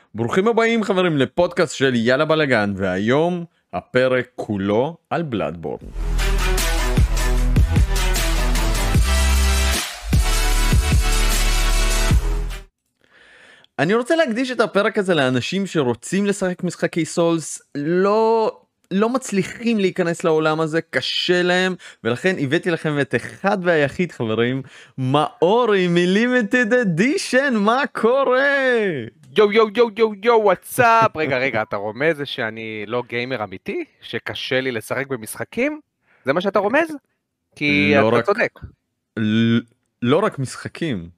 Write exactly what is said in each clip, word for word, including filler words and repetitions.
ברוכים הבאים חברים לפודקאסט של יאללה בלגן, והיום הפרק כולו על בלאדבורן. אני רוצה להקדיש את הפרק הזה לאנשים שרוצים לשחק משחקי סולס, לא לא מצליחים להיכנס לעולם הזה, קשה להם, ולכן הבאתי לכם את אחד והיחיד חברים, מאורי מלימיטד אדישן. מה קורה? יו יו יו יו יו וואטסאפ. רגע רגע, אתה רומז זה שאני לא גיימר אמיתי? שקשה לי לשחק במשחקים? זה מה שאתה רומז? כי לא אתה רק, צודק. ל- לא רק משחקים.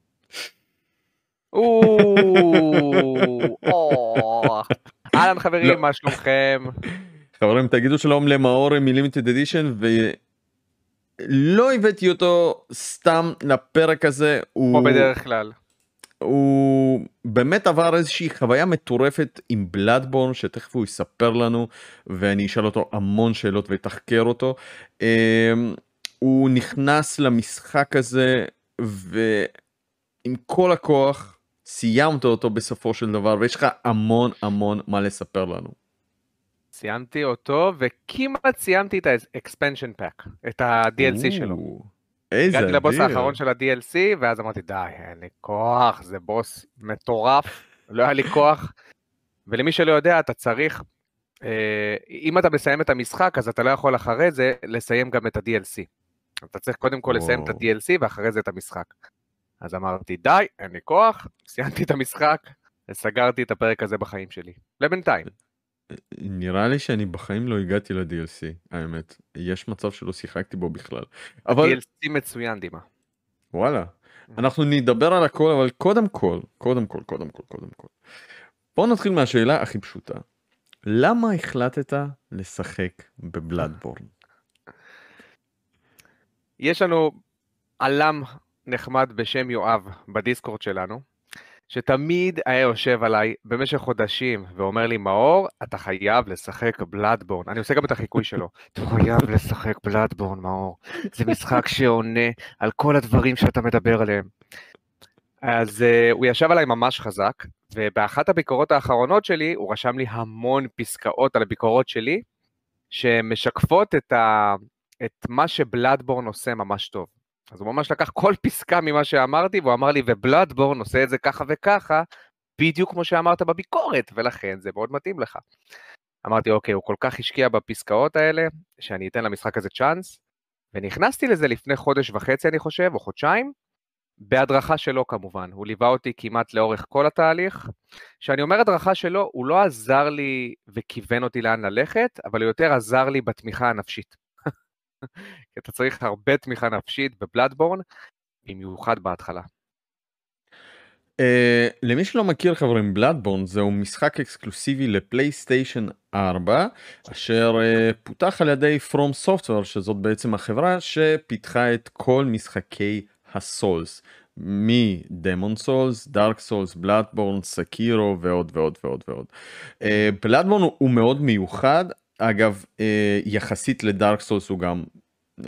או, אהלן לא. חברים, מה שלומכם? חברים, תגידו שלום למאורי מלימיטד אדישן, ולא הבאתי אותו סתם לפרק הזה. כמו הוא בדרך כלל. הוא באמת עבר איזושהי חוויה מטורפת עם בלאדבורן, שתכף הוא יספר לנו ואני אשאל אותו המון שאלות ותחקר אותו. הוא נכנס למשחק הזה ועם כל הכוח סיימת אותו בסופו של דבר, ויש לך המון המון מה לספר לנו. סיימתי אותו וכמעט סיימתי את ה-expansion pack, את ה-די אל סי שלו. איזה הגעתי לבוס אדיר. האחרון של ה-די אל סי, ואז אמרתי, די, אין לי כוח, זה בוס מטורף, לא היה לי כוח. ולמי שלא יודע, אתה צריך, אה, אם אתה מסיים את המשחק, אז אתה לא יכול אחרי זה לסיים גם את ה-די אל סי. אתה צריך קודם כל לסיים את וואו. ה-די אל סי, ואחרי זה את המשחק. אז אמרתי, די, אין לי כוח, סיימתי את המשחק, וסגרתי את הפרק הזה בחיים שלי. לבינתיים. נראה לי שאני בחיים לא הגעתי ל-די אל סי, האמת. יש מצב שלא שיחקתי בו בכלל. אבל די אל סי מצוין, דימה. וואלה, אנחנו נדבר על הכל, אבל קודם כל, קודם כל, קודם כל, קודם כל. בואו נתחיל מהשאלה הכי פשוטה. למה החלטת לשחק בבלאדבורן? יש לנו עלם נחמד בשם יואב בדיסקורד שלנו, שתמיד היה יושב עליי במשך חודשים ואומר לי, מאור, אתה חייב לשחק בלאדבורן. אני עושה גם את החיקוי שלו. אתה חייב לשחק בלאדבורן, מאור. זה משחק שעונה על כל הדברים שאתה מדבר עליהם. אז uh, הוא ישב עליי ממש חזק, ובאחת הביקורות האחרונות שלי, הוא רשם לי המון פסקאות על הביקורות שלי, שמשקפות את, ה... את מה שבלאדבורן עושה ממש טוב. אז הוא ממש לקח כל פסקה ממה שאמרתי, והוא אמר לי, ובלאדבורן עושה את זה ככה וככה, בדיוק כמו שאמרת בביקורת, ולכן זה מאוד מתאים לך. אמרתי, אוקיי, הוא כל כך השקיע בפסקאות האלה, שאני אתן למשחק הזה צ'אנס, ונכנסתי לזה לפני חודש וחצי, אני חושב, או חודשיים, בהדרכה שלו כמובן. הוא ליווה אותי כמעט לאורך כל התהליך. כשאני אומר הדרכה שלו, הוא לא עזר לי וכיוון אותי לאן ללכת, אבל הוא יותר עזר לי בתמיכה הנפשית. כי אתה צריך הרבה תמיכה נפשית בבלאדבורן, במיוחד בהתחלה. Uh, למי שלא מכיר חברים, בלאדבורן זהו משחק אקסקלוסיבי לפלייסטיישן ארבע, אשר uh, פותח על ידי From Software, שזאת בעצם החברה שפיתחה את כל משחקי הסולס, מדמון סולס, דארק סולס, בלאדבורן, סקירו ועוד ועוד ועוד ועוד. בלאדבורן uh, הוא מאוד מיוחד, אגב, uh, יחסית לדארק סולס הוא גם uh,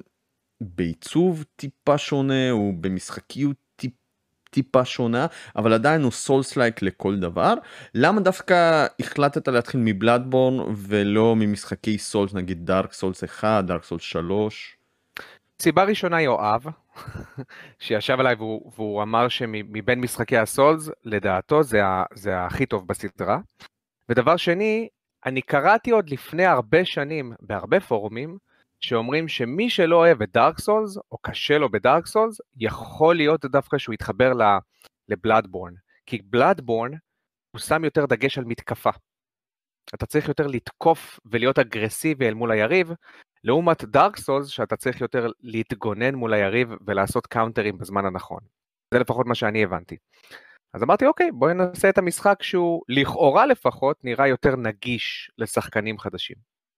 בעיצוב טיפה שונה, הוא במשחקיות טיפה שונה, אבל עדיין הוא סולס לייק לכל דבר. למה דווקא החלטת להתחיל מבלאדבורן ולא ממשחקי סולס, נגיד דארק סולס אחד, דארק סולס שלוש? סיבה ראשונה יואב, שישב עליי והוא, והוא אמר שמבין משחקי הסולס, לדעתו זה, זה הכי טוב בסדרה. ודבר שני, אני קראתי עוד לפני הרבה שנים, בהרבה פורומים, שאומרים שמי שלא אוהב את דארק סולס, או קשה לו בדארק סולס, יכול להיות דווקא שהוא יתחבר לבלאדבורן. כי בלאדבורן הוא שם יותר דגש על מתקפה. אתה צריך יותר לתקוף ולהיות אגרסיבי אל מול היריב, לעומת דארק סולס שאתה צריך יותר להתגונן מול היריב ולעשות קאונטרים בזמן הנכון. זה לפחות מה שאני הבנתי. אז אמרתי, אוקיי, בואי נעשה את המשחק שהוא לכאורה לפחות נראה יותר נגיש לשחקנים חדשים.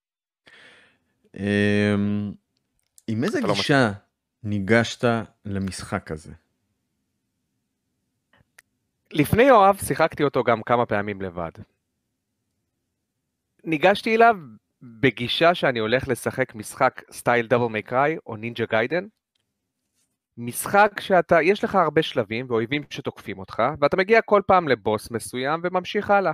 עם איזה גישה ניגשת למשחק הזה? לפני יואב שיחקתי אותו גם כמה פעמים לבד. ניגשתי אליו בגישה שאני הולך לשחק משחק סטייל דאבל מיי קריי או נינג'ה גיידן, משחק שאתה, יש לך הרבה שלבים ואויבים שתוקפים אותך, ואתה מגיע כל פעם לבוס מסוים וממשיך הלאה.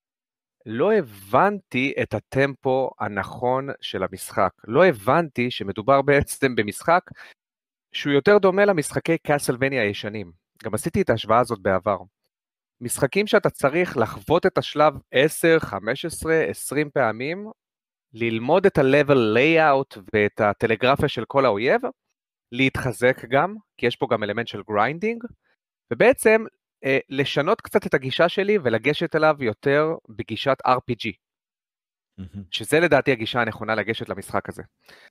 לא הבנתי את הטמפו הנכון של המשחק. לא הבנתי שמדובר בעצם במשחק שהוא יותר דומה למשחקי קאסלווניה הישנים. גם עשיתי את ההשוואה הזאת בעבר. משחקים שאתה צריך לחוות את השלב עשר, חמש עשרה, עשרים פעמים, ללמוד את ה-level layout ואת הטלגרפיה של כל האויב, להתחזק גם, כי יש פה גם אלמנט של גריינדינג, ובעצם אה, לשנות קצת את הגישה שלי ולגשת אליו יותר בגישת אר פי ג'י, mm-hmm. שזה לדעתי הגישה הנכונה לגשת למשחק הזה.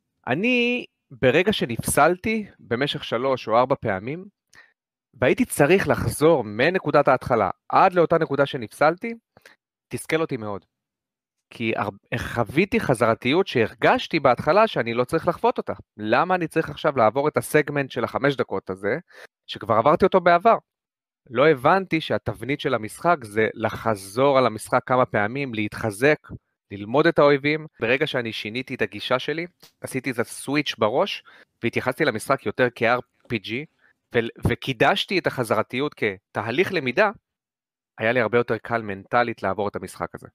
אני ברגע שנפסלתי במשך שלוש או ארבע פעמים, והייתי צריך לחזור מנקודת ההתחלה עד לאותה נקודה שנפסלתי, תסכל אותי מאוד. כי חוויתי חזרתיות שהרגשתי בהתחלה שאני לא צריך לחוות אותה. למה אני צריך עכשיו לעבור את הסגמנט של החמש דקות הזה, שכבר עברתי אותו בעבר? לא הבנתי שהתבנית של המשחק זה לחזור על המשחק כמה פעמים, להתחזק, ללמוד את האויבים. ברגע שאני שיניתי את הגישה שלי, עשיתי איזה סוויץ' בראש, והתייחסתי למשחק יותר כ-אר פי ג'י, ו- וקידשתי את החזרתיות כתהליך למידה, היה לי הרבה יותר קל מנטלית לעבור את המשחק הזה.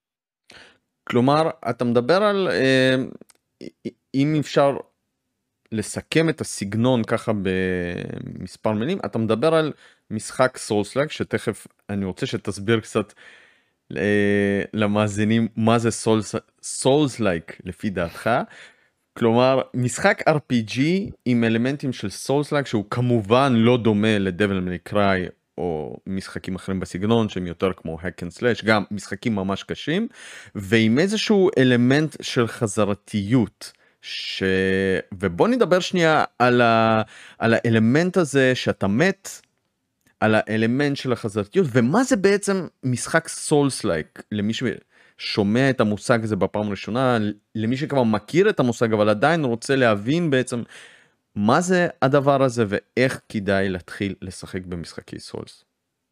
כלומר, אתה מדבר על, אה, אם אפשר לסכם את הסגנון ככה במספר מילים, אתה מדבר על משחק סולס-לייק, שתכף אני רוצה שתסביר קצת אה, למאזינים מה זה סולס-לייק לפי דעתך. כלומר, משחק אר פי ג'י עם אלמנטים של סולס-לייק, שהוא כמובן לא דומה לדבל מיי קריי, או משחקים אחרים בסגנון שהם יותר כמו hack and slash, גם משחקים ממש קשים, ועם איזשהו אלמנט של חזרתיות, ש... ובוא נדבר שנייה על, ה... על האלמנט הזה שאתה מת, על האלמנט של החזרתיות, ומה זה בעצם משחק סולס-לייק, למי ששומע את המושג הזה בפעם ראשונה, למי שכבר מכיר את המושג, אבל עדיין רוצה להבין בעצם, מה זה הדבר הזה ואיך כדאי להתחיל לשחק במשחקי סולס?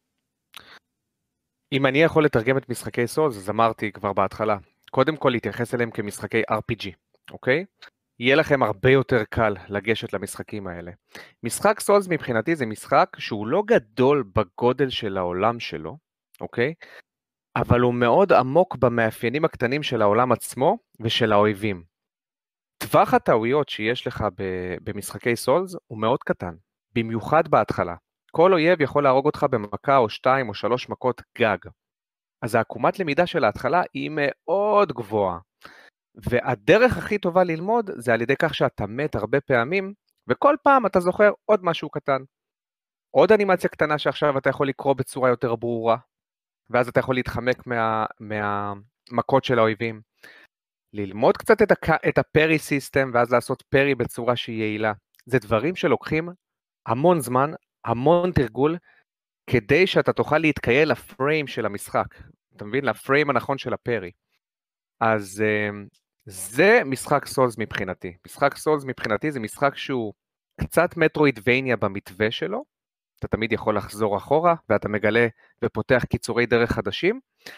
אם אני יכול לתרגם את משחקי סולס, אז אמרתי כבר בהתחלה, קודם כל להתייחס אליהם כמשחקי אר פי ג'י, אוקיי? יהיה לכם הרבה יותר קל לגשת למשחקים האלה. משחק סולס מבחינתי זה משחק שהוא לא גדול בגודל של העולם שלו, אוקיי? אבל הוא מאוד עמוק במאפיינים הקטנים של העולם עצמו ושל האויבים. טווח הטעויות שיש לך במשחקי סולס הוא מאוד קטן, במיוחד בהתחלה. כל אויב יכול להרוג אותך במכה או שתיים או שלוש מכות גג. אז העקומת למידה של ההתחלה היא מאוד גבוהה. והדרך הכי טובה ללמוד זה על ידי כך שאתה מת הרבה פעמים, וכל פעם אתה זוכר עוד משהו קטן. עוד אנימציה קטנה שעכשיו אתה יכול לקרוא בצורה יותר ברורה, ואז אתה יכול להתחמק מה, מהמכות של האויבים. ללמוד קצת את, הק... את הפרי סיסטם, ואז לעשות פרי בצורה שהיא יעילה. זה דברים שלוקחים המון זמן, המון תרגול, כדי שאתה תוכל להתקייל לפריים של המשחק. אתה מבין? לפריים הנכון של הפרי. אז זה משחק סולס מבחינתי. משחק סולס מבחינתי זה משחק שהוא קצת מטרואידבניה במתווה שלו. אתה תמיד יכול לחזור אחורה, ואתה מגלה ופותח קיצורי דרך חדשים,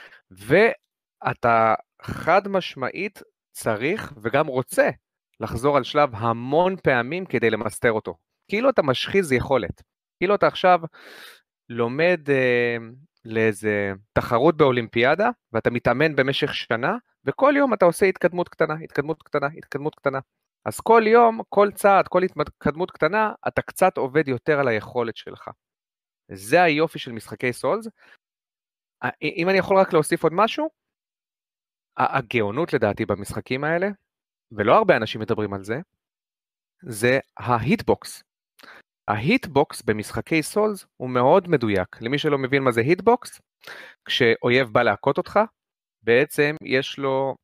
ואתה חד משמעית צריך וגם רוצה לחזור על שלב המון פעמים כדי למסתר אותו. כאילו אתה משחיז יכולת. כאילו אתה עכשיו לומד אה, לאיזה תחרות באולימפיאדה, ואתה מתאמן במשך שנה, וכל יום אתה עושה התקדמות קטנה, התקדמות קטנה, התקדמות קטנה. אז כל יום, כל צעד, כל התקדמות קטנה, אתה קצת עובד יותר על היכולת שלך. זה היופי של משחקי סולס. אם אני יכול רק להוסיף עוד משהו, הגאונות לדעתי במשחקים האלה, ולא הרבה אנשים מדברים על זה, זה ההיטבוקס. ההיטבוקס במשחקי סולס הוא מאוד מדויק. למי שלא מבין מה זה היטבוקס, כשאויב בא להכות אותך, בעצם יש לו,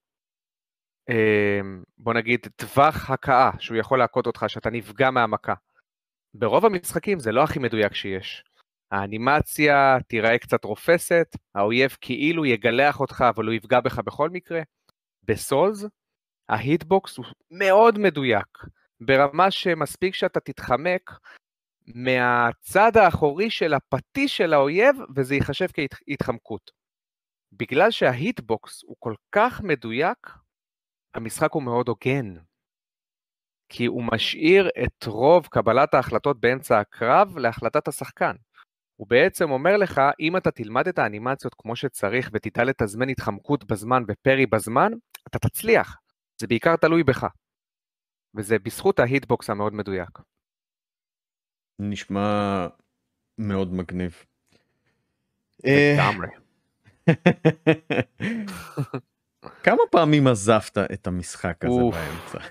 בוא נגיד, טווח הכאה, שהוא יכול להכות אותך, שאתה נפגע מהמכה. ברוב המשחקים זה לא הכי מדויק שיש. האנימציה תיראה קצת רופסת, האויב כאילו יגלח אותך, אבל הוא יפגע בך בכל מקרה. בסולס, ההיטבוקס הוא מאוד מדויק, ברמה שמספיק שאתה תתחמק מהצד האחורי של הפטיש של האויב, וזה ייחשב כהתחמקות. בגלל שההיטבוקס הוא כל כך מדויק, המשחק הוא מאוד הוגן. כי הוא משאיר את רוב קבלת ההחלטות באמצע הקרב להחלטת השחקן. הוא בעצם אומר לך, אם אתה תלמד את האנימציות כמו שצריך, ותדע לתזמן התחמקות בזמן ופרי בזמן, אתה תצליח. זה בעיקר תלוי בך. וזה בזכות ההיטבוקס המאוד מדויק. נשמע מאוד מגניב. לגמרי. כמה פעמים עזבת את המשחק הזה אוף. באמצע?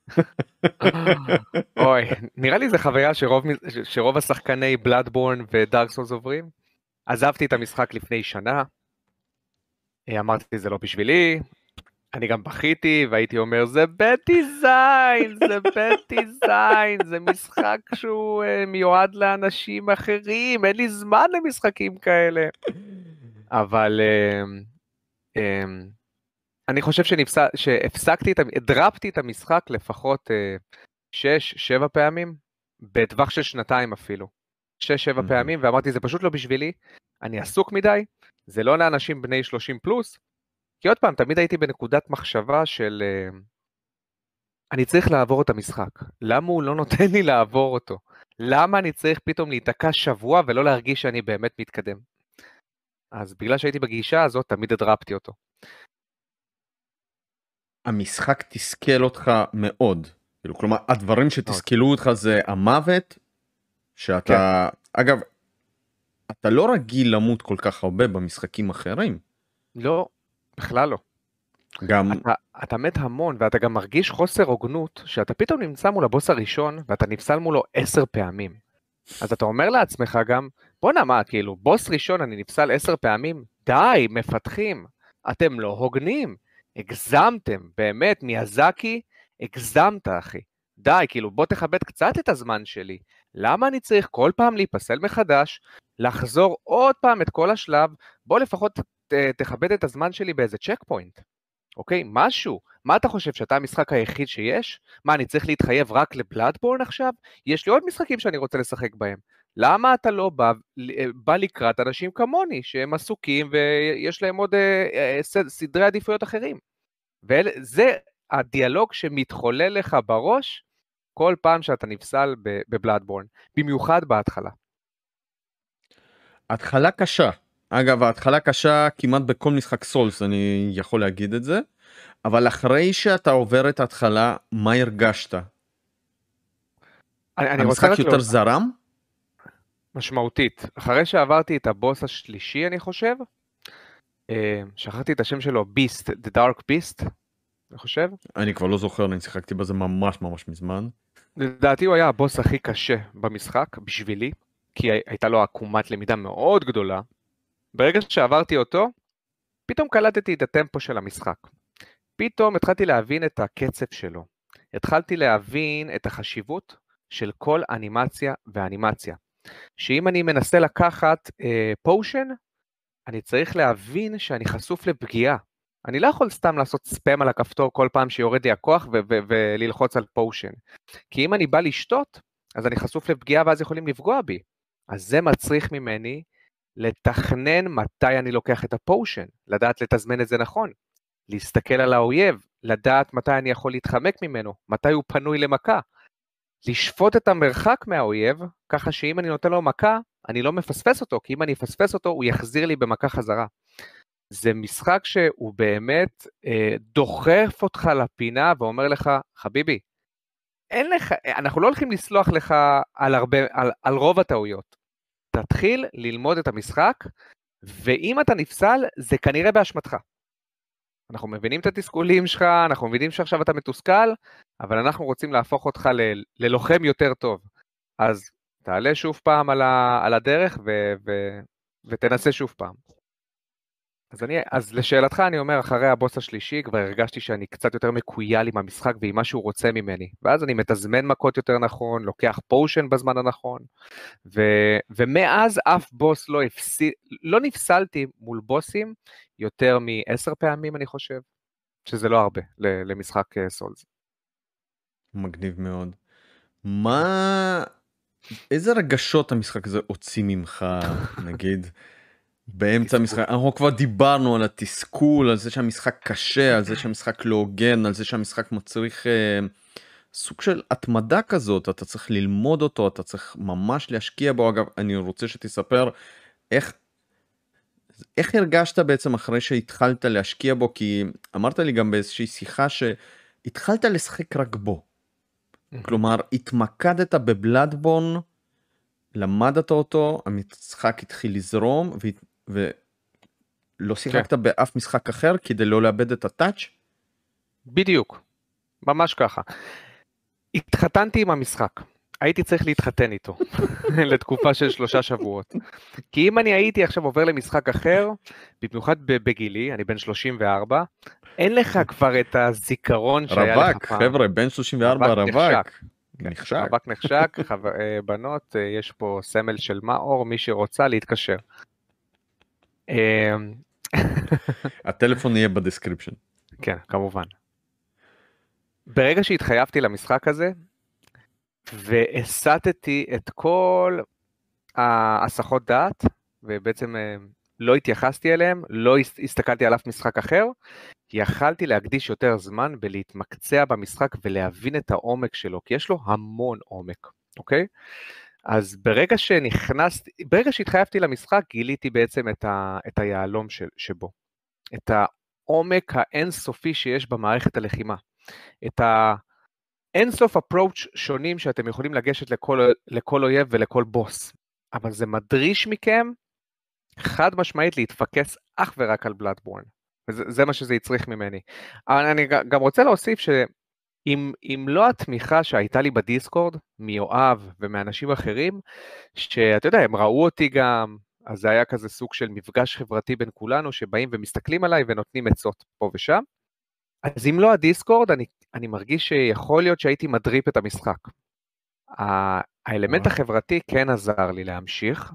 אוי, נראה לי זה חוויה שרוב, שרוב השחקני בלאדבורן ודארק סולס עוברים. עזבתי את המשחק לפני שנה, אמרתי זה לא בשבילי, אני גם בכיתי והייתי אומר זה בד דיזיין, זה בד דיזיין, זה משחק שהוא uh, מיועד לאנשים אחרים, אין לי זמן למשחקים כאלה. אבל uh, um, אני חושב שנפסק, שהפסקתי, את, דרפתי את המשחק לפחות uh, שש, שבע פעמים, בטווח של שנתיים אפילו. שש, שבע Mhm. פעמים, ואמרתי זה פשוט לא בשבילי, אני עסוק מדי, זה לא לאנשים בני שלושים פלוס, כי עוד פעם, תמיד הייתי בנקודת מחשבה של, uh, אני צריך לעבור את המשחק. למה הוא לא נותן לי לעבור אותו? למה אני צריך פתאום להתעקע שבוע ולא להרגיש שאני באמת מתקדם? אז בגלל שהייתי בגישה הזאת, תמיד הדרפתי אותו. המשחק תסכל אותך מאוד. כאילו, כלומר, הדברים שתסכלו אותך זה המוות, שאתה, אגב, אתה לא רגיל למות כל כך הרבה במשחקים אחרים. לא, בכלל לא. גם, אתה, אתה מת המון, ואתה גם מרגיש חוסר הוגנות, שאתה פתאום נמצא מול הבוס הראשון, ואתה נפסל מולו עשר פעמים. אז אתה אומר לעצמך גם, בוא נמה, כאילו, בוס ראשון אני נפסל עשר פעמים, די, מפתחים, אתם לא הוגנים, הגזמתם, באמת, מיאזקי, הגזמת, אחי. די, כאילו, בוא תכבד קצת את הזמן שלי. למה אני צריך כל פעם להיפסל מחדש, לחזור עוד פעם את כל השלב, בוא לפחות ת, תכבד את הזמן שלי באיזה צ'ק פוינט. אוקיי, משהו. מה אתה חושב, שאתה המשחק היחיד שיש? מה, אני צריך להתחייב רק לבלאדבורן עכשיו? יש לי עוד משחקים שאני רוצה לשחק בהם. למה אתה לא בא, בא לקראת אנשים כמוני, שהם עסוקים ויש להם עוד אה, אה, סדרי עדיפויות אחרים? וזה הדיאלוג שמתחולל לך בראש, כל פעם שאתה נפסל בבלאדבורן, במיוחד בהתחלה. התחלה קשה. אגב, ההתחלה קשה כמעט בכל משחק סולס, אני יכול להגיד את זה. אבל אחרי שאתה עובר את ההתחלה, מה הרגשת? אני, אני המשחק רוצה יותר לא... זרם? משמעותית. אחרי שעברתי את הבוס השלישי, אני חושב, שכחתי את השם שלו, ביסט, The Dark Beast, אני חושב. אני כבר לא זוכר, אני שיחקתי בזה ממש ממש מזמן. לדעתי הוא היה הבוס הכי קשה במשחק, בשבילי, כי הייתה לו עקומת למידה מאוד גדולה. ברגע שעברתי אותו, פתאום קלטתי את הטמפו של המשחק. פתאום התחלתי להבין את הקצב שלו. התחלתי להבין את החשיבות של כל אנימציה ואנימציה. שאם אני מנסה לקחת אה, פושן, אני צריך להבין שאני חשוף לפגיעה. אני לא יכול סתם לעשות ספם על הכפתור כל פעם שיורד לי הכוח ו- ו- וללחוץ על פושן. כי אם אני בא לשתות, אז אני חשוף לפגיעה ואז יכולים לפגוע בי. אז זה מצריך ממני לתכנן מתי אני לוקח את הפושן, לדעת לתזמן את זה נכון, להסתכל על האויב, לדעת מתי אני יכול להתחמק ממנו, מתי הוא פנוי למכה, לשפוט את המרחק מהאויב, ככה שאם אני נותן לו מכה, אני לא מפספס אותו, כי אם אני אפספס אותו, הוא יחזיר לי במכה חזרה. זה משחק שהוא באמת אה, דוחף אותך לפינה ואומר לך, חביבי, אין לך, אנחנו לא הולכים לסלוח לך על, הרבה, על, על רוב הטעויות. תתחיל ללמוד את המשחק, ואם אתה נפסל, זה כנראה באשמתך. אנחנו מבינים את התסכולים שלך, אנחנו מבינים שעכשיו אתה מתוסכל, אבל אנחנו רוצים להפוך אותך ל, ללוחם יותר טוב. אז תעלה שוב פעם על, ה, על הדרך ו, ו, ותנסה שוב פעם. אז, אני, אז לשאלתך אני אומר, אחרי הבוס השלישי כבר הרגשתי שאני קצת יותר מקוייל עם המשחק ועם מה שהוא רוצה ממני. ואז אני מתזמן מכות יותר נכון, לוקח פושן בזמן הנכון, ו, ומאז אף בוס לא, הפסיד, לא נפסלתי מול בוסים יותר מעשר פעמים אני חושב, שזה לא הרבה למשחק סולס. מגניב מאוד. מה... איזה רגשות המשחק הזה הוציא ממך, נגיד, באמצע המשחק? אנחנו כבר דיברנו על התסכול, על זה שהמשחק קשה, על זה שהמשחק לא הוגן, על זה שהמשחק מצריך uh, סוג של התמדה כזאת, אתה צריך ללמוד אותו, אתה צריך ממש להשקיע בו. אגב, אני רוצה שתספר איך, איך הרגשת בעצם אחרי שהתחלת להשקיע בו, כי אמרת לי גם באיזושהי שיחה שהתחלת לשחק רק בו. כלומר, התמקדת בבלאדבורן, למדת אותו, המשחק התחיל לזרום, ו... ולא שיחקת כן. באף משחק אחר כדי לא לאבד את הטאץ'? בדיוק, ממש ככה. התחתנתי עם המשחק. הייתי צריך להתחתן איתו לתקופה של שלושה שבועות. כי אם אני הייתי עכשיו עובר למשחק אחר, במיוחד בגילי, אני בן שלושים וארבע, אין לך כבר את הזיכרון שהיה לך פעם. רווק, חבר'ה, בן שלושים וארבע רווק. נחשק. רווק נחשק, בנות, יש פה סמל של מאור, מי שרוצה להתקשר. הטלפון יהיה בדסקריפשן. כן, כמובן. ברגע שהתחייבתי למשחק הזה, והסתתי את כל ההסחות דעת, ובעצם לא התייחסתי אליהם, לא הסתכלתי על אף משחק אחר, יכלתי להקדיש יותר זמן בלהתמקצע במשחק ולהבין את העומק שלו, כי יש לו המון עומק, אוקיי? אז ברגע שנכנסתי, ברגע שהתחייבתי למשחק, גיליתי בעצם את, ה, את היעלום של, שבו. את העומק האינסופי שיש במערכת הלחימה. את האינסוף approach שונים שאתם יכולים לגשת לכל, לכל אויב ולכל בוס. אבל זה מדריש מכם חד משמעית להתפקס אך ורק על בלאדבורן. וזה זה מה שזה יצריך ממני. אבל אני גם רוצה להוסיף שאם אם לא התמיכה שהייתה לי בדיסקורד, מיואב ומאנשים אחרים, שאתה יודע, הם ראו אותי גם, אז זה היה כזה סוג של מפגש חברתי בין כולנו, שבאים ומסתכלים עליי ונותנים עצות פה ושם. אז אם לא הדיסקורד, אני, אני מרגיש שיכול להיות שהייתי מדריפ את המשחק. האלמנט החברתי כן עזר לי להמשיך,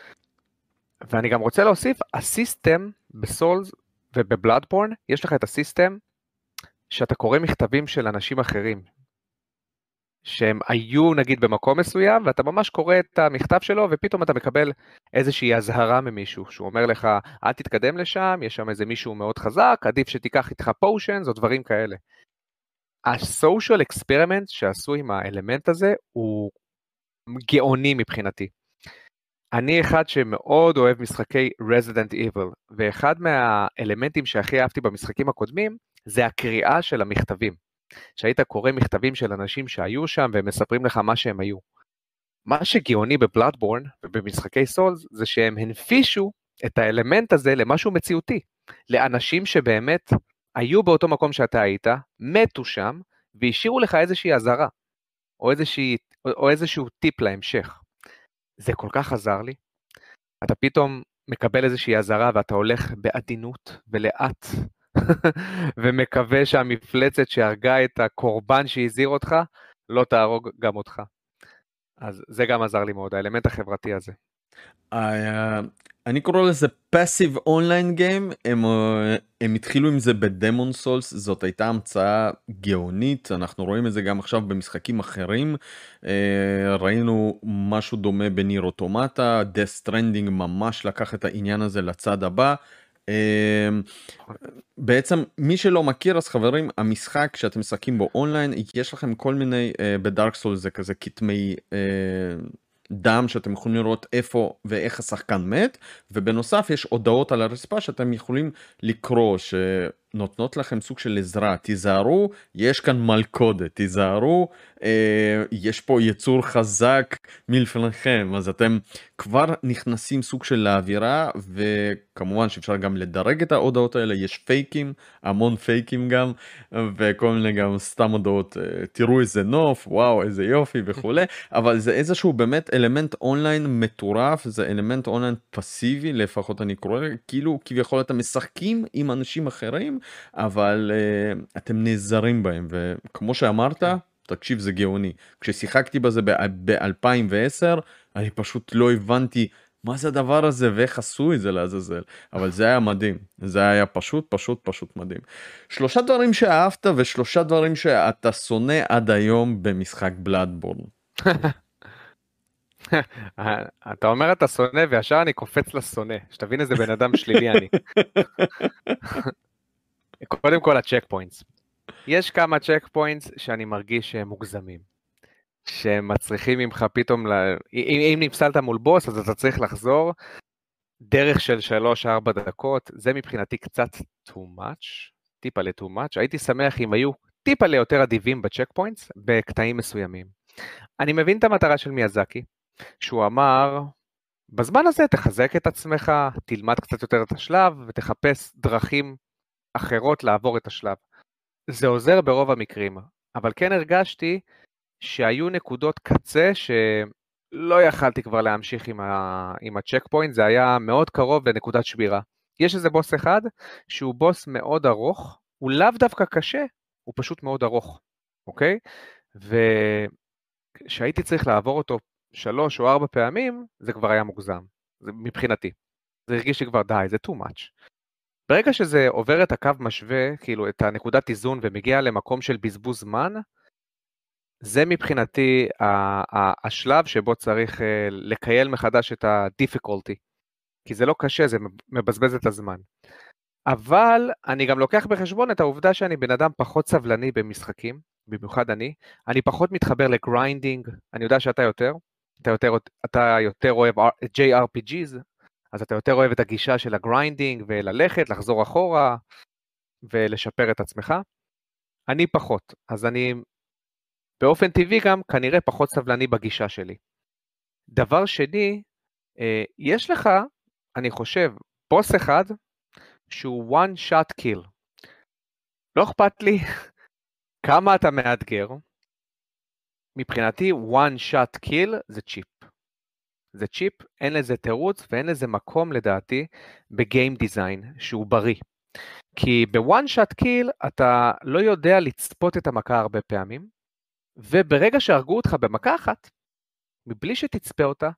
ואני גם רוצה להוסיף, הסיסטם בסולס ובבלאדבורן, יש לך את הסיסטם שאתה קורא מכתבים של אנשים אחרים, שהם היו נגיד במקום מסוים, ואתה ממש קורא את המכתב שלו, ופתאום אתה מקבל איזושהי הזהרה ממישהו, שהוא אומר לך, אל תתקדם לשם, יש שם איזה מישהו מאוד חזק, עדיף שתיקח איתך פושנס, או דברים כאלה. הסושיאל אקספרימנט שעשו עם האלמנט הזה, הוא גאוני מבחינתי. אני אחד שמאוד אוהב משחקי Resident Evil, ואחד מהאלמנטים שהכי אהבתי במשחקים הקודמים, זה הקריאה של המכתבים. שהיית קורא מכתבים של אנשים שהיו שם, והם מספרים לך מה שהם היו. מה שגאוני בבלאדבורן, ובמשחקי סולס, זה שהם הנפישו את האלמנט הזה למשהו מציאותי. לאנשים שבאמת היו באותו מקום שאתה היית, מתו שם, והשאירו לך איזושהי עזרה, או, איזושהי, או איזשהו טיפ להמשך. זה כל כך עזר לי. אתה פתאום מקבל איזושהי עזרה, ואתה הולך בעדינות ולאט, ומקווה שהמפלצת שהרגה את הקורבן שהזהיר אותך, לא תהרוג גם אותך. אז זה גם עזר לי מאוד, האלמנט החברתי הזה. אני קורא לזה passive online game, הם, הם התחילו עם זה בדמון סולס, זאת הייתה המצאה גאונית, אנחנו רואים את זה גם עכשיו במשחקים אחרים, ראינו משהו דומה בניר אוטומטה, Death Stranding ממש לקח את העניין הזה לצד הבא, בעצם מי שלא מכיר, אז חברים, המשחק שאתם משחקים בו אונליין, יש לכם כל מיני, בדארק סולס זה כזה כתמי דם שאתם יכולים לראות איפה ואיך השחקן מת, ובנוסף יש הודעות על הרצפה שאתם יכולים לקרוא, שנותנות לכם סוג של עזרה, תיזהרו, יש כאן מלכודת, תיזהרו, אה, יש פה יצור חזק מלפניכם, אז אתם כבר נכנסים סוג של לאווירה, וכמובן שאפשר גם לדרג את ההודעות האלה, יש פייקים, המון פייקים גם, וכל מיני גם סתם הודעות, תראו איזה נוף, וואו איזה יופי וכו', אבל זה איזשהו באמת אלמנט אונליין מטורף, זה אלמנט אונליין פסיבי, לפחות אני קורא, כאילו כביכול אתם משחקים עם אנשים אחרים, אבל uh, אתם נעזרים בהם, וכמו שאמרת, תקשיב, זה גאוני. כששיחקתי בזה ב-אלפיים ועשר, אני פשוט לא הבנתי מה זה הדבר הזה ואיך עשו את זה לעזאזל, אבל זה היה מדהים, זה היה פשוט פשוט פשוט מדהים. שלושה דברים שאהבת ושלושה דברים שאתה שונא עד היום במשחק בלאדבורן. אתה אומר אתה שונא וישר אני קופץ לשונא, שתבין איזה בן אדם שלילי אני. קודם כל הצ'ק פוינטס. יש כמה צ'ק פוינטס שאני מרגיש שהם מוגזמים. שהם מצריכים ממך פתאום, ל... אם, אם נפסלת מול בוס, אז אתה צריך לחזור דרך של שלוש ארבע דקות, זה מבחינתי קצת too much, טיפה ל-too much, הייתי שמח אם היו טיפה ליותר אדיבים בצ'ק פוינטס, בקטעים מסוימים. אני מבין את המטרה של מיאזקי, שהוא אמר, בזמן הזה תחזק את עצמך, תלמד קצת יותר את השלב, ותחפש דרכים אחרות לעבור את השלב. זה עוזר ברוב המקרים, אבל כן הרגשתי שהיו נקודות קצה שלא יכלתי כבר להמשיך עם, ה... עם הצ'ק פוינט, זה היה מאוד קרוב לנקודת שבירה. יש איזה בוס אחד שהוא בוס מאוד ארוך, הוא לאו דווקא קשה, הוא פשוט מאוד ארוך, אוקיי? וכשהייתי צריך לעבור אותו שלוש או ארבע פעמים, זה כבר היה מוגזם, זה מבחינתי. זה הרגיש לי כבר די, זה too much. ברגע שזה עובר את הקו משווה, כאילו את הנקודת איזון ומגיע למקום של בזבוז זמן, זה מבחינתי השלב שבו צריך לקייל מחדש את ה-difficulty, כי זה לא קשה, זה מבזבז את הזמן. אבל אני גם לוקח בחשבון את העובדה שאני בן אדם פחות סבלני במשחקים, במיוחד אני, אני פחות מתחבר לגריינדינג, אני יודע שאתה יותר, אתה יותר, אתה יותר אוהב ג'יי אר פי ג'יז, אז אתה יותר אוהב את הגישה של הגריינדינג וללכת, לחזור אחורה ולשפר את עצמך. אני פחות, אז אני באופן טבעי גם כנראה פחות סבלני בגישה שלי. דבר שני, יש לך, אני חושב, בוס אחד שהוא one shot kill. לא אכפת לי כמה אתה מאתגר, מבחינתי one shot kill זה צ'יפ. זה צ'יפ, אין לזה תירוץ ואין לזה מקום לדעתי בגיים דיזיין שהוא בריא. כי ב-one shot kill אתה לא יודע לצפות את המכה הרבה פעמים, וברגע שהרגו אותך במכה אחת, מבלי שתצפה אותה,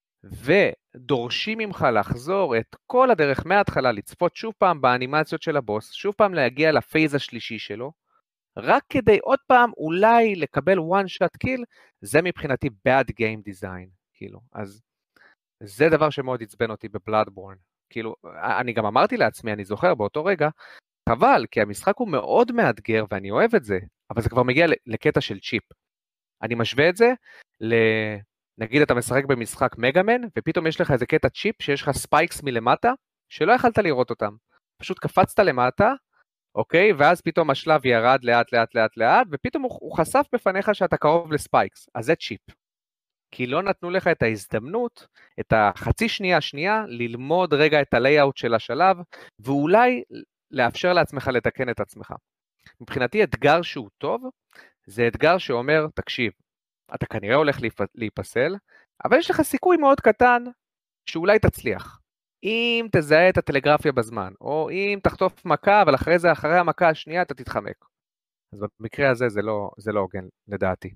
ודורשים ממך לחזור את כל הדרך מההתחלה, לצפות שוב פעם באנימציות של הבוס, שוב פעם להגיע לפייז השלישי שלו, רק כדי עוד פעם אולי לקבל one shot kill, זה מבחינתי bad game design, כאילו, אז זה דבר שמאוד עצבן אותי בבלאדבורן, כאילו, אני גם אמרתי לעצמי, אני זוכר באותו רגע, חבל, כי המשחק הוא מאוד מאתגר ואני אוהב את זה, אבל זה כבר מגיע לקטע של צ'יפ. אני משווה את זה, נגיד אתה משחק במשחק מגאמן, ופתאום יש לך איזה קטע צ'יפ, שיש לך ספייקס מלמטה, שלא יכלת לראות אותם. פשוט קפצת למטה, אוקיי, ואז פתאום השלב ירד לאט לאט לאט לאט, ופתאום הוא, הוא חשף בפניך שאתה קרוב לספייקס, אז זה צ'יפ. כי לא נתנו לך את ההזדמנות, את החצי שנייה שנייה, ללמוד רגע את הלייאוט של השלב, ואולי לאפשר לעצמך לתקן את עצמך. מבחינתי אתגר שהוא טוב, זה אתגר שאומר, תקשיב, אתה כנראה הולך להיפסל, אבל יש לך סיכוי מאוד קטן שאולי תצליח. אם תזהה את הטלגרפיה בזמן, או אם תחטוף מכה, אבל אחרי זה, אחרי המכה השנייה, אתה תתחמק. אז במקרה הזה זה לא, זה לא הוגן, לדעתי.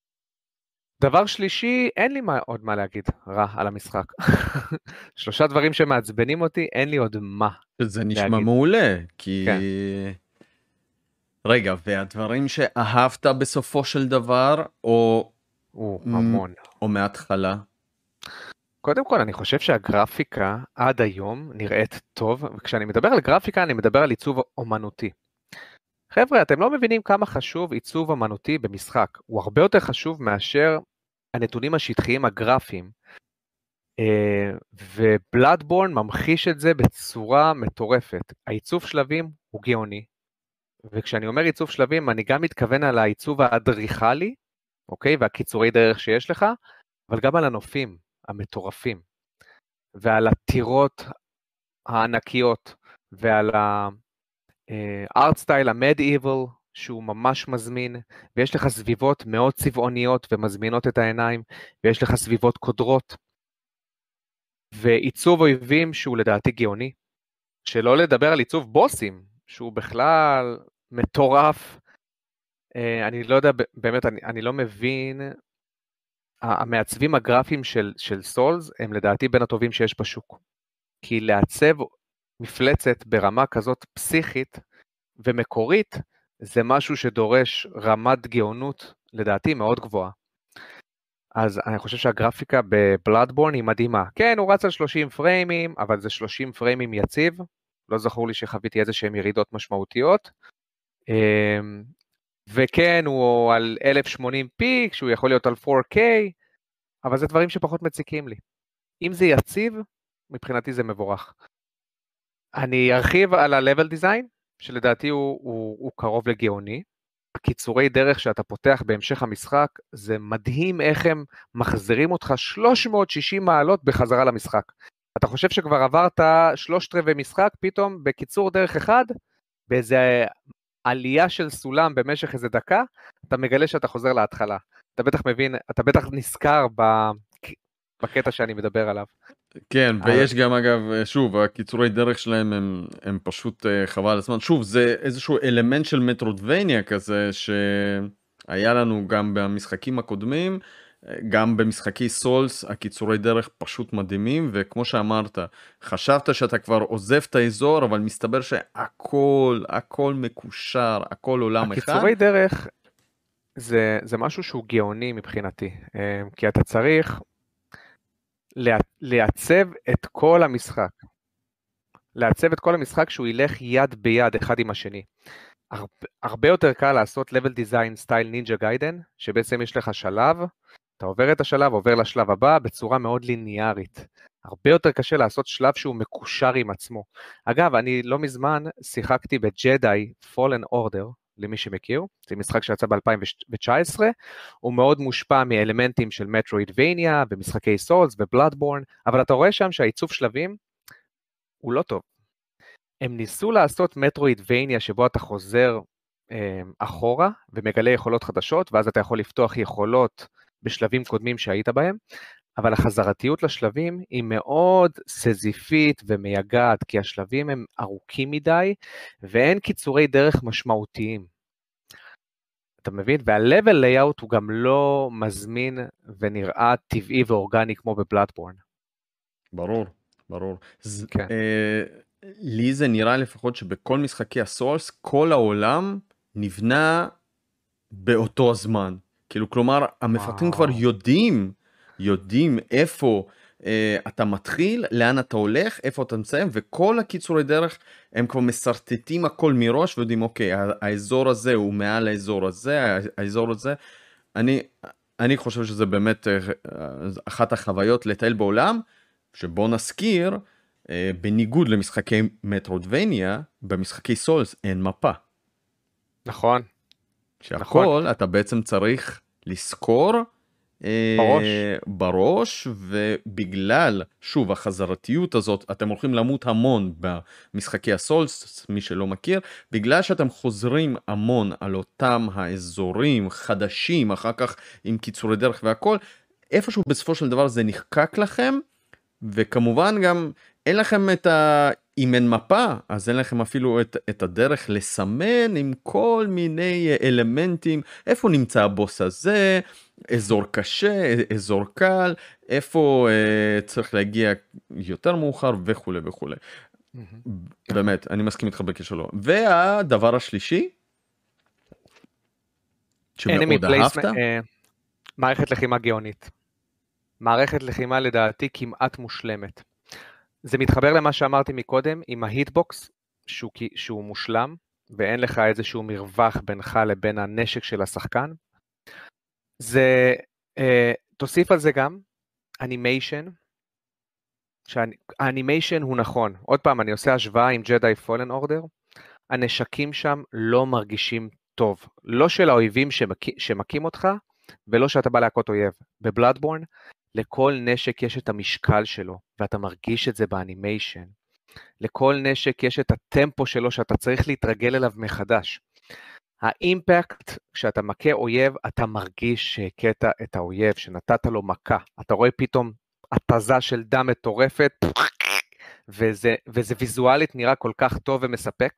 דבר שלישי, אין לי מה, עוד מה להגיד רע על המשחק. שלושה דברים שמעצבנים אותי, אין לי עוד מה זה נשמע להגיד. מעולה, כי... כן. רגע, והדברים שאהבת בסופו של דבר, או... או, המון. או מההתחלה? קודם כל, אני חושב שהגרפיקה עד היום נראית טוב, וכשאני מדבר על גרפיקה, אני מדבר על עיצוב אומנותי. חבר'ה, אתם לא מבינים כמה חשוב עיצוב אומנותי במשחק. הוא הרבה יותר חשוב מאשר הנתונים השטחיים הגרפיים. ובלאדבורן ממחיש את זה בצורה מטורפת. העיצוב שלבים הוא גאוני. וכשאני אומר עיצוב שלבים, אני גם מתכוון על העיצוב האדריכלי, אוקיי? והקיצורי דרך שיש לך, אבל גם על הנופים המטורפים, ועל הטירות הענקיות, ועל הארט סטייל המד-איבל, שהוא ממש מזמין, ויש לך סביבות מאוד צבעוניות ומזמינות את העיניים, ויש לך סביבות קודרות, ועיצוב אויבים שהוא לדעתי גאוני, שלא לדבר על עיצוב בוסים, שהוא בכלל מטורף. אני לא יודע, באמת, אני, אני לא מבין, המעצבים הגרפיים של, של סולס הם לדעתי בין הטובים שיש בשוק. כי לעצב מפלצת ברמה כזאת פסיכית ומקורית, זה משהו שדורש רמת גאונות לדעתי מאוד גבוהה. אז אני חושב שהגרפיקה בבלאדבורן היא מדהימה. כן, הוא רץ על שלושים פריימים, אבל זה שלושים פריימים יציב. לא זכור לי שחוויתי איזה שהם ירידות משמעותיות. וכן, הוא על אלף ושמונים פי, שהוא יכול להיות על פור קיי, אבל זה דברים שפחות מציקים לי. אם זה יציב, מבחינתי זה מבורך. אני ארחיב על ה-level design, שלדעתי הוא, הוא, הוא קרוב לגאוני. הקיצורי דרך שאתה פותח בהמשך המשחק, זה מדהים איך הם מחזירים אותך שלוש מאות ושישים מעלות בחזרה למשחק. אתה חושב שכבר עברת שלושת רבעי משחק, פתאום בקיצור דרך אחד, באיזה עלייה של סולם במשך איזה דקה, אתה מגלה שאתה חוזר להתחלה. אתה בטח מבין, אתה בטח נזכר בקטע שאני מדבר עליו. כן, ויש גם אגב, שוב, הקיצורי דרך שלהם הם, הם פשוט חבל הזמן. שוב, זה איזשהו אלמנט של מטרודבניה כזה, שהיה לנו גם במשחקים הקודמים, גם במשחקי סולס, הקיצורי דרך פשוט מדהימים, וכמו שאמרת, חשבת שאתה כבר עוזב את האזור, אבל מסתבר שהכל, הכל מקושר, הכל עולם אחד. הקיצורי דרך זה, זה משהו שהוא גאוני מבחינתי, כי אתה צריך לעצב את כל המשחק. לעצב את כל המשחק שהוא ילך יד ביד אחד עם השני. הרבה, הרבה יותר קל לעשות level design סטייל נינג'ה גיידן, שבעצם יש לך שלב, אתה עובר את השלב, עובר לשלב הבא בצורה מאוד ליניארית. הרבה יותר קשה לעשות שלב שהוא מקושר עם עצמו. אגב, אני לא מזמן שיחקתי בג'די Fallen Order, למי שמכיר, זה משחק שיצא ב-אלפיים תשע עשרה, הוא מאוד מושפע מאלמנטים של מטרואידבניה, במשחקי סולס ובלאדבורן, אבל אתה רואה שם שהעיצוב שלבים הוא לא טוב. הם ניסו לעשות מטרואידבניה שבו אתה חוזר אה, אחורה ומגלה יכולות חדשות, ואז אתה יכול לפתוח יכולות בשלבים קודמים שהיית בהם, אבל החזרתיות לשלבים היא מאוד סזיפית ומייגעת, כי השלבים הם ארוכים מדי, ואין קיצורי דרך משמעותיים. אתה מבין? וה-level layout הוא גם לא מזמין ונראה טבעי ואורגני כמו בבלאדבורן. ברור, ברור. כן. אה, לי זה נראה לפחות שבכל משחקי הסולס, כל העולם נבנה באותו הזמן. כאילו, כלומר, המפתחים כבר יודעים, יודעים איפה אה, אתה מתחיל, לאן אתה הולך, איפה אתה מסיים, וכל הקיצורי דרך הם כבר מסרטטים הכל מראש, ויודעים, אוקיי, האזור הזה הוא מעל האזור הזה, האזור הזה. אני, אני חושב שזה באמת אה, אחת החוויות לטייל בעולם, שבוא נזכיר, אה, בניגוד למשחקי מטרודבניה, במשחקי סולס אין מפה. נכון. שהכל נכון. אתה בעצם צריך לזכור בראש. אה, בראש, ובגלל, שוב, החזרתיות הזאת, אתם הולכים למות המון במשחקי הסולס, מי שלא מכיר, בגלל שאתם חוזרים המון על אותם האזורים חדשים, אחר כך עם קיצורי דרך והכל, איפשהו בסופו של דבר זה נחקק לכם, וכמובן גם אין לכם את ה... אם אין מפה, אז אין לכם אפילו את, את הדרך לסמן עם כל מיני אלמנטים, איפה נמצא הבוס הזה, אזור קשה, אזור קל, איפה אה, צריך להגיע יותר מאוחר וכו' וכו'. Mm-hmm. באמת, אני מסכים איתך בקשר שלו. והדבר השלישי, שמאוד אהבת? Uh, מערכת לחימה גאונית. מערכת לחימה לדעתי כמעט מושלמת. זה מתחבר למה שאמרתי מקודם, עם ההיטבוקס, שהוא, שהוא מושלם, ואין לך איזשהו מרווח בינך לבין הנשק של השחקן. זה, אה, תוסיף על זה גם, אנימיישן, שהאנימיישן הוא נכון. עוד פעם, אני עושה השוואה עם ג'די פולן אורדר, הנשקים שם לא מרגישים טוב. לא של האויבים שמק, שמקים אותך, ולא שאתה בא להכות אויב. בבלאדבורן, לכל נשק יש את המשקל שלו, ואתה מרגיש את זה באנימיישן. לכל נשק יש את הטמפו שלו, שאתה צריך להתרגל אליו מחדש. האימפקט, כשאתה מכה אויב, אתה מרגיש שהכית את האויב, שנתת לו מכה. אתה רואה פתאום התזה של דם מטורפת, וזה, וזה ויזואלית נראה כל כך טוב ומספק.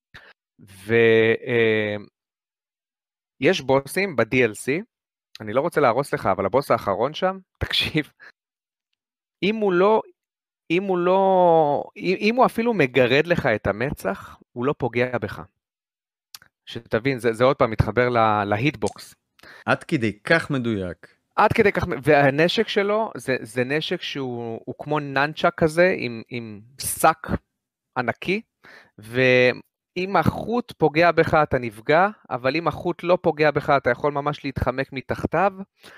ויש בוסים ב-די אל סי, אני לא רוצה להרוס לך, אבל הבוס האחרון שם, תקשיב, אם הוא לא, אם הוא לא, אם הוא אפילו מגרד לך את המצח, הוא לא פוגע בך. שתבין, זה, זה עוד פעם מתחבר לה, להיטבוקס. עד כדי כך מדויק. עד כדי כך, והנשק שלו, זה, זה נשק שהוא הוא כמו ננצ'ק כזה, עם, עם סק ענקי, אם החוט פוגע בך אתה נפגע, אבל אם החוט לא פוגע בך אתה יכול ממש להתחמק מתחתיו,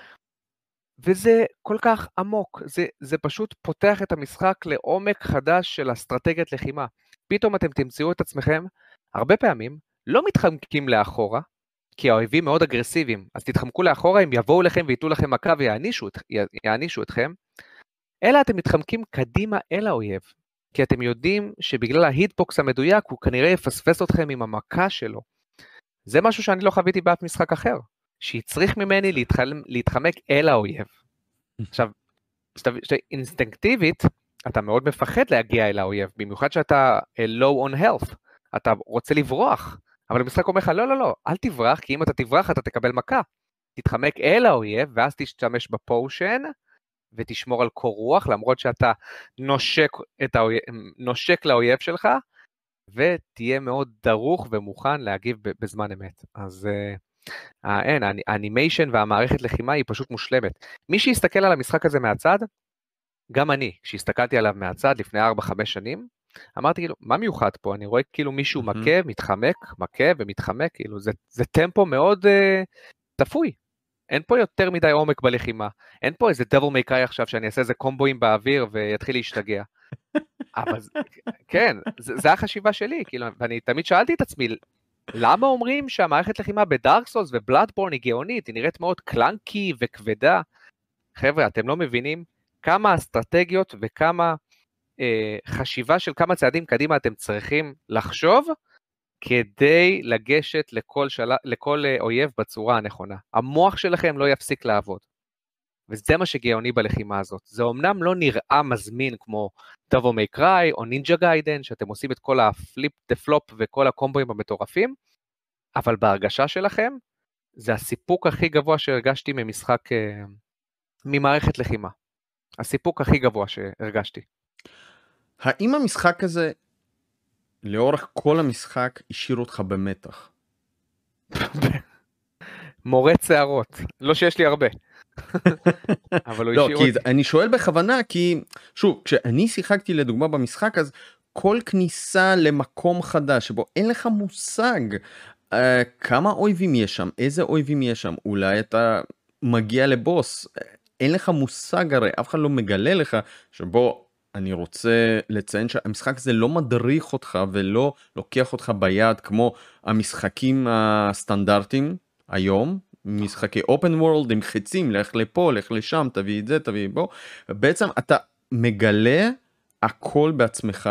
וזה כל כך עמוק, זה, זה פשוט פותח את המשחק לעומק חדש של אסטרטגיית לחימה. פתאום אתם תמצאו את עצמכם, הרבה פעמים, לא מתחמקים לאחורה, כי האויבים מאוד אגרסיביים, אז תתחמקו לאחורה, הם יבואו לכם ויתנו לכם מכה ויענישו, יענישו אתכם, אלא אתם מתחמקים קדימה אל האויב, כי אתם יודעים שבגלל ההיטבוקס המדויק, הוא כנראה יפספס אתכם עם המכה שלו. זה משהו שאני לא חוויתי באף משחק אחר, שיצריך ממני להתחמק, להתחמק אל האויב. עכשיו, אינסטינקטיבית, אתה מאוד מפחד להגיע אל האויב, במיוחד שאתה low on health, אתה רוצה לברוח, אבל המשחק אומר לך, לא, לא, לא, אל תברח, כי אם אתה תברח אתה תקבל מכה. תתחמק אל האויב, ואז תשתמש בפושן, ותשמור על קור רוח, למרות שאתה נושק, את האויב, נושק לאויב שלך, ותהיה מאוד דרוך ומוכן להגיב בזמן אמת. אז אה, אין, האנימיישן והמערכת לחימה היא פשוט מושלמת. מי שיסתכל על המשחק הזה מהצד, גם אני, כשהסתכלתי עליו מהצד לפני ארבע חמש שנים, אמרתי כאילו, מה מיוחד פה? אני רואה כאילו מישהו מכה, מתחמק, מכה ומתחמק, כאילו זה, זה טמפו מאוד אה, תפוי. אין פה יותר מדי עומק בלחימה. אין פה איזה דבל מיי קריי עכשיו שאני אעשה איזה קומבואים באוויר ויתחיל להשתגע. אבל כן, זה, זה החשיבה שלי, כאילו, ואני תמיד שאלתי את עצמי, למה אומרים שהמערכת לחימה בדארק סולס ובלאדבורן היא גאונית, היא נראית מאוד קלנקי וכבדה? חבר'ה, אתם לא מבינים כמה אסטרטגיות וכמה אה, חשיבה של כמה צעדים קדימה אתם צריכים לחשוב, כדי לגשת לכל, של... לכל אויב בצורה הנכונה. המוח שלכם לא יפסיק לעבוד. וזה מה שגאוני בלחימה הזאת. זה אומנם לא נראה מזמין כמו דאבל מיי קריי או נינג'ה גיידן, שאתם עושים את כל הפליפ דה פלופ וכל הקומבואים המטורפים, אבל בהרגשה שלכם, זה הסיפוק הכי גבוה שהרגשתי ממשחק, ממערכת לחימה. הסיפוק הכי גבוה שהרגשתי. האם המשחק הזה, לאורך כל המשחק, השאיר אותך במתח? מורד שערות. לא שיש לי הרבה. אבל הוא לא, השאיר כי אותי. אני שואל בכוונה, כי שוב, כשאני שיחקתי לדוגמה במשחק, אז כל כניסה למקום חדש, שבו אין לך מושג uh, כמה אויבים יש שם, איזה אויבים יש שם, אולי אתה מגיע לבוס, אין לך מושג הרי, אף אחד לא מגלה לך, שבו אני רוצה לציין שהמשחק הזה לא מדריך אותך, ולא לוקח אותך ביד, כמו המשחקים הסטנדרטיים היום, משחקי open world עם חצים, לך לפה, לך לשם, תביא את זה, תביא בו, בעצם אתה מגלה הכל בעצמך,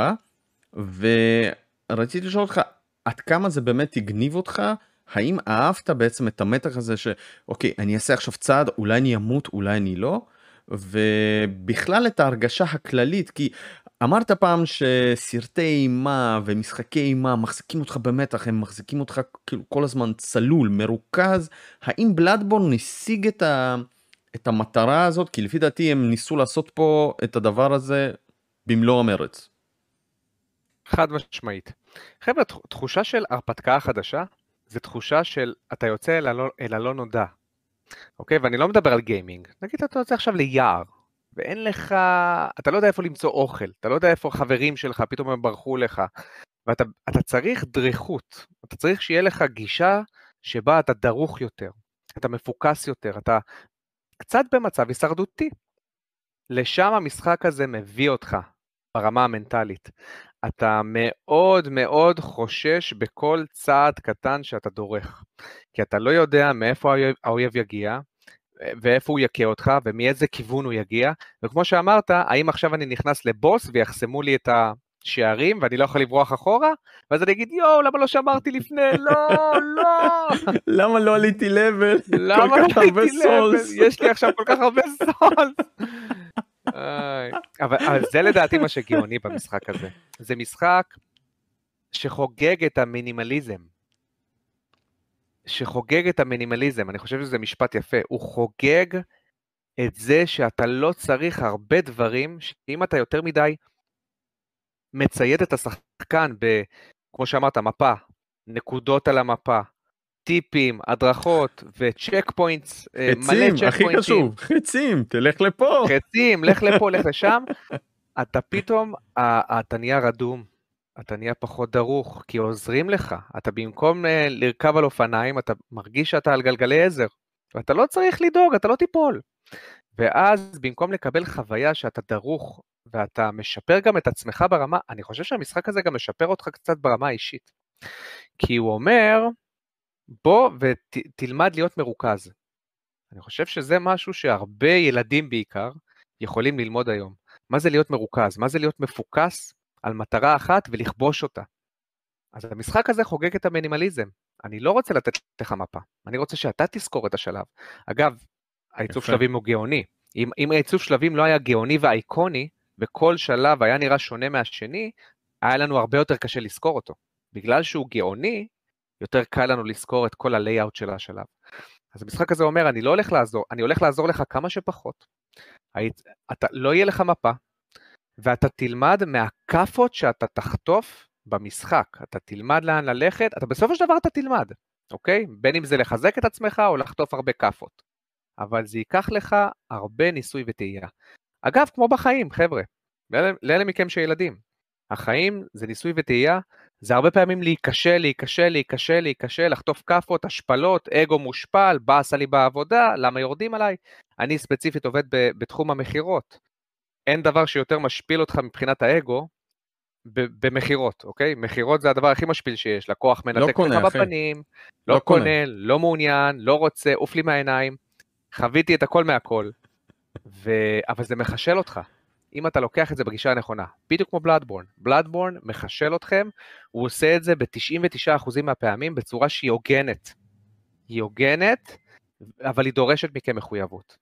ורציתי לשאול אותך, עד כמה זה באמת הגניב אותך, האם אהבת בעצם את המתח הזה שאוקיי, אני אעשה עכשיו צעד, אולי אני אמות, אולי אני לא, ובכלל את ההרגשה הכללית, כי אמרת פעם שסרטי אימה ומשחקי אימה מחזיקים אותך במתח, הם מחזיקים אותך כאילו כל הזמן צלול, מרוכז, האם בלאדבורן השיג את, ה, את המטרה הזאת? כי לפי דעתי הם ניסו לעשות פה את הדבר הזה במלוא המרץ. חד משמעית. חבר'ה, תחושה של הרפתקה חדשה, זה תחושה של אתה יוצא אל הלא, אל הלא נודע. אוקיי, ואני לא מדבר על גיימינג. נגיד אתה יוצא עכשיו ליער, ואין לך, אתה לא יודע איפה למצוא אוכל, אתה לא יודע איפה חברים שלך, פתאום הם ברחו לך, ואתה אתה צריך דריכות, אתה צריך שיהיה לך גישה שבה אתה דרוך יותר, אתה מפוקס יותר, אתה קצת במצב הישרדותי. לשם המשחק הזה מביא אותך, ברמה המנטלית. אתה מאוד מאוד חושש בכל צעד קטן שאתה דורך, כי אתה לא יודע מאיפה האויב יגיע, ואיפה הוא יכה אותך, ומאיזה כיוון הוא יגיע, וכמו שאמרת, האם עכשיו אני נכנס לבוס, ויחסמו לי את השערים, ואני לא יכול לברוח אחורה, ואז אני אגיד, יואו, למה לא שמרתי לפני? לא, לא! למה לא עליתי לבל? למה לא עליתי לבל? יש לי עכשיו כל כך הרבה סולס! אבל, אבל זה לדעתי מה שגאוני במשחק הזה. זה משחק שחוגג את המינימליזם. שחוגג את המינימליזם, אני חושב שזה משפט יפה, הוא חוגג את זה שאתה לא צריך הרבה דברים, שאם אתה יותר מדי מצייד את השחקן, ב, כמו שאמרת, מפה, נקודות על המפה, טיפים, הדרכות וצ'ק פוינטס, מלא צ'ק הכי פוינטים. חשוב, חצים, תלך לפה. חצים, לך לפה, לך לשם, אתה פתאום, אתה נהיה רדום, אתה נהיה פחות דרוך, כי עוזרים לך. אתה במקום uh, לרכב על אופניים, אתה מרגיש שאתה על גלגלי עזר. ואתה לא צריך לדאוג, אתה לא תיפול. ואז במקום לקבל חוויה שאתה דרוך, ואתה משפר גם את עצמך ברמה, אני חושב שהמשחק הזה גם משפר אותך קצת ברמה האישית. כי הוא אומר, בוא ותלמד להיות מרוכז. אני חושב שזה משהו שהרבה ילדים בעיקר יכולים ללמוד היום. מה זה להיות מרוכז? מה זה להיות מפוקס על מטרה אחת ולכבוש אותה? אז המשחק הזה חוגג את המינימליזם. אני לא רוצה לתת לך מפה, אני רוצה שאתה תזכור את השלב. אגב, העיצוב שלבים הוא גאוני. אם, אם העיצוב שלבים לא היה גאוני ואייקוני, וכל שלב היה נראה שונה מהשני, היה לנו הרבה יותר קשה לזכור אותו. בגלל שהוא גאוני, יותר קל לנו לזכור את כל הלייאוט של השלב. אז המשחק הזה אומר, אני לא הולך לעזור, אני הולך לעזור לך כמה שפחות. היית, אתה, לא יהיה לך מפה, ואתה תלמד מהקפות שאתה תחטוף במשחק. אתה תלמד לאן ללכת, אתה בסופו של דבר אתה תלמד, אוקיי? בין אם זה לחזק את עצמך או לחטוף הרבה קפות. אבל זה ייקח לך הרבה ניסוי וטעייה. אגב, כמו בחיים, חבר'ה, לאלה מכם שילדים, החיים זה ניסוי וטעייה, זה הרבה פעמים להיקשה, להיקשה, להיקשה, להיקשה, לחטוף קפות, השפלות, אגו מושפל, באס לי בעבודה, למה יורדים עליי? אני ספציפית עובד בתחום המחירות. אין דבר שיותר משפיל אותך מבחינת האגו, במחירות, אוקיי? מחירות זה הדבר הכי משפיל שיש, לקוח מנתק לך בפנים, לא קונה, לא מעוניין, לא רוצה, אוף לי מהעיניים, חוויתי את הכל מהכל, ו... אבל זה מחשל אותך, אם אתה לוקח את זה בגישה הנכונה, בדיוק כמו בלאדבורן, בלאדבורן מחשל אתכם, הוא עושה את זה ב-תשעים ותשעה אחוז מהפעמים, בצורה שהיא הוגנת, היא הוגנת, אבל היא דורשת מכם מחויבות.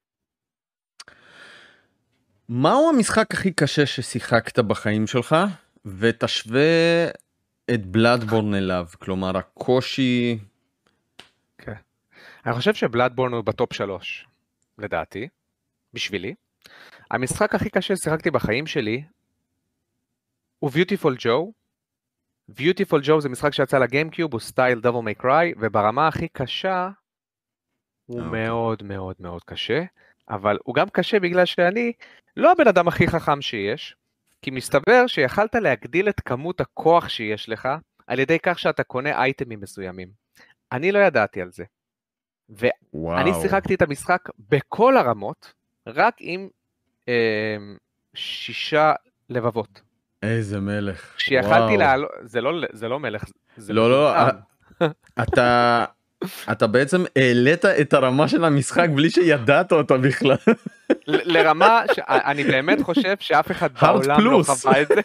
מהו המשחק הכי קשה ששיחקת בחיים שלך, ותשווה את בלאדבורן אליו, כלומר הקושי... כן. אני חושב שבלאדבורן הוא בטופ שלוש, לדעתי, בשבילי. המשחק הכי קשה ששיחקתי בחיים שלי, הוא Beautiful Joe. Beautiful Joe זה משחק שיצא לגיימקיוב, הוא סטייל Devil May Cry, וברמה הכי קשה, הוא okay. מאוד מאוד מאוד קשה, אבל הוא גם קשה בגלל שאני לא הבן אדם הכי חכם שיש, כי מסתבר שיכלת להגדיל את כמות הכוח שיש לך, על ידי כך שאתה קונה אייטמים מסוימים. אני לא ידעתי על זה. ואני wow. שיחקתי את המשחק בכל הרמות, רק עם אה, שישה לבבות. איזה מלך. כשיכלתי לעלות, זה לא, זה לא מלך, זה לא, לא, אתה, אתה בעצם העלית את הרמה של המשחק בלי שידעת אותו בכלל. לרמה שאני באמת חושב שאף אחד בעולם לא חווה את זה.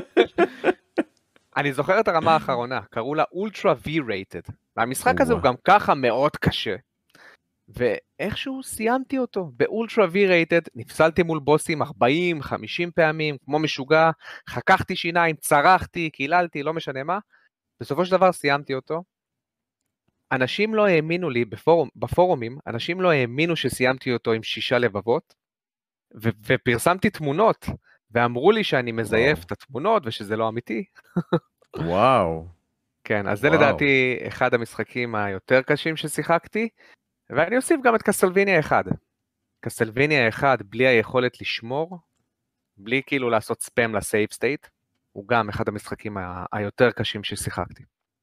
אני זוכר את הרמה האחרונה, קראו לה אולטרה וי-רייטד. והמשחק הזה הוא גם ככה מאוד קשה. ואיכשהו סיימתי אותו באולטרה וי-רייטד, נפסלתי מול בוסים ארבעים חמישים פעמים, כמו משוגע, חככתי שיניים, צרחתי, קיללתי, לא משנה מה. בסופו של דבר סיימתי אותו. אנשים לא האמינו לי בפורום, בפורומים, אנשים לא האמינו שסיימתי אותו עם שישה לבבות, ו- ופרסמתי תמונות, ואמרו לי שאני מזייף וואו. את התמונות, ושזה לא אמיתי. וואו. כן, אז זה וואו. לדעתי אחד המשחקים היותר קשים ששיחקתי, ואני אוסיף גם את קסלביניה אחד. קסלביניה אחד, בלי היכולת לשמור, בלי כאילו לעשות ספאם לסייב סטייט, הוא גם אחד המשחקים ה- היותר קשים ששיחקתי.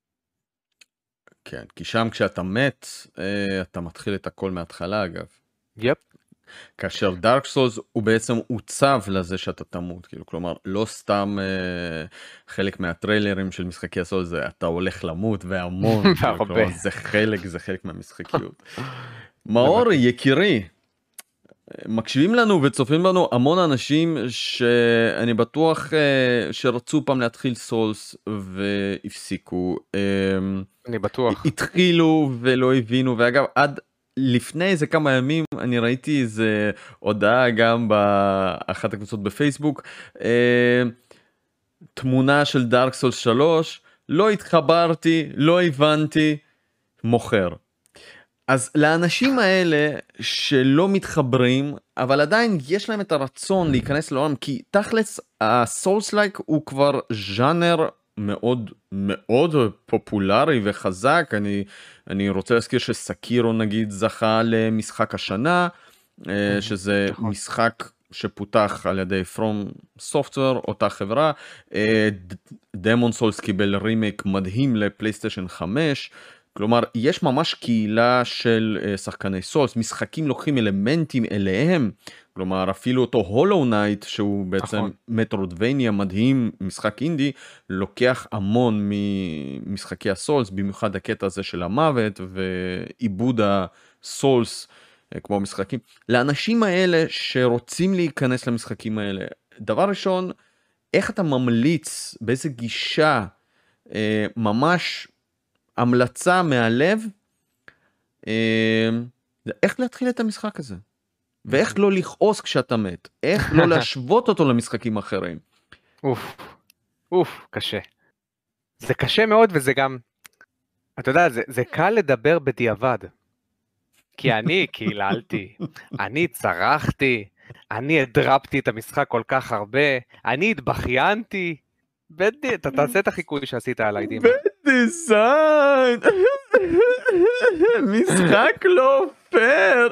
כן, כי שם כשאתה מת, אתה מתחיל את הכל מההתחלה אגב. יפ. כאשר דארק סולס הוא בעצם עוצב לזה שאתה תמות, כאילו, כלומר, לא סתם אה, חלק מהטריילרים של משחקי הסולס, זה אתה הולך למות והמון, כאילו, כלומר, זה חלק, זה חלק מהמשחקיות. מאור, יקירי, מקשיבים לנו וצופים לנו המון אנשים שאני בטוח אה, שרצו פעם להתחיל סולס והפסיקו. אה, אני בטוח. התחילו ולא הבינו, ואגב, עד לפני איזה כמה ימים אני ראיתי איזה הודעה גם באחת הקבוצות בפייסבוק, אה, תמונה של דארק סולס שלוש, לא התחברתי, לא הבנתי, מוכר. אז לאנשים האלה שלא מתחברים, אבל עדיין יש להם את הרצון להיכנס לעולם, כי תכלס הסולס לייק הוא כבר ז'אנר מאוד מאוד פופולרי וחזק. אני אני רוצה להזכיר שסקירו נגיד זכה למשחק השנה, שזה משחק שפותח על ידי From Software, אותה חברה. Demon Souls קיבל רימייק מדהים לפלייסטיישן חמש, כלומר יש ממש קהילה של שחקני סולס, משחקים לוקחים אלמנטים אליהם, כלומר אפילו אותו הולו נייט שהוא בעצם נכון. מטרודבניה מדהים, משחק אינדי, לוקח המון ממשחקי הסולס, במיוחד הקטע הזה של המוות ועיבוד הסולס, כמו משחקים. לאנשים האלה שרוצים להיכנס למשחקים האלה, דבר ראשון, איך אתה ממליץ, באיזה גישה, אה, ממש המלצה מהלב, אה, איך להתחיל את המשחק הזה? ואיך לא לכעוס כשאתה מת? איך לא להשוות אותו למשחקים אחרים? אוף, אוף, קשה. זה קשה מאוד וזה גם, אתה יודע, זה, זה קל לדבר בדיעבד. כי אני קיללתי, אני צרחתי, אני הדרפתי את המשחק כל כך הרבה, אני התבחיינתי, בדי, אתה תעשה את החיקוי שעשית עליי, דימה. בדיזיין, משחק לא פייר.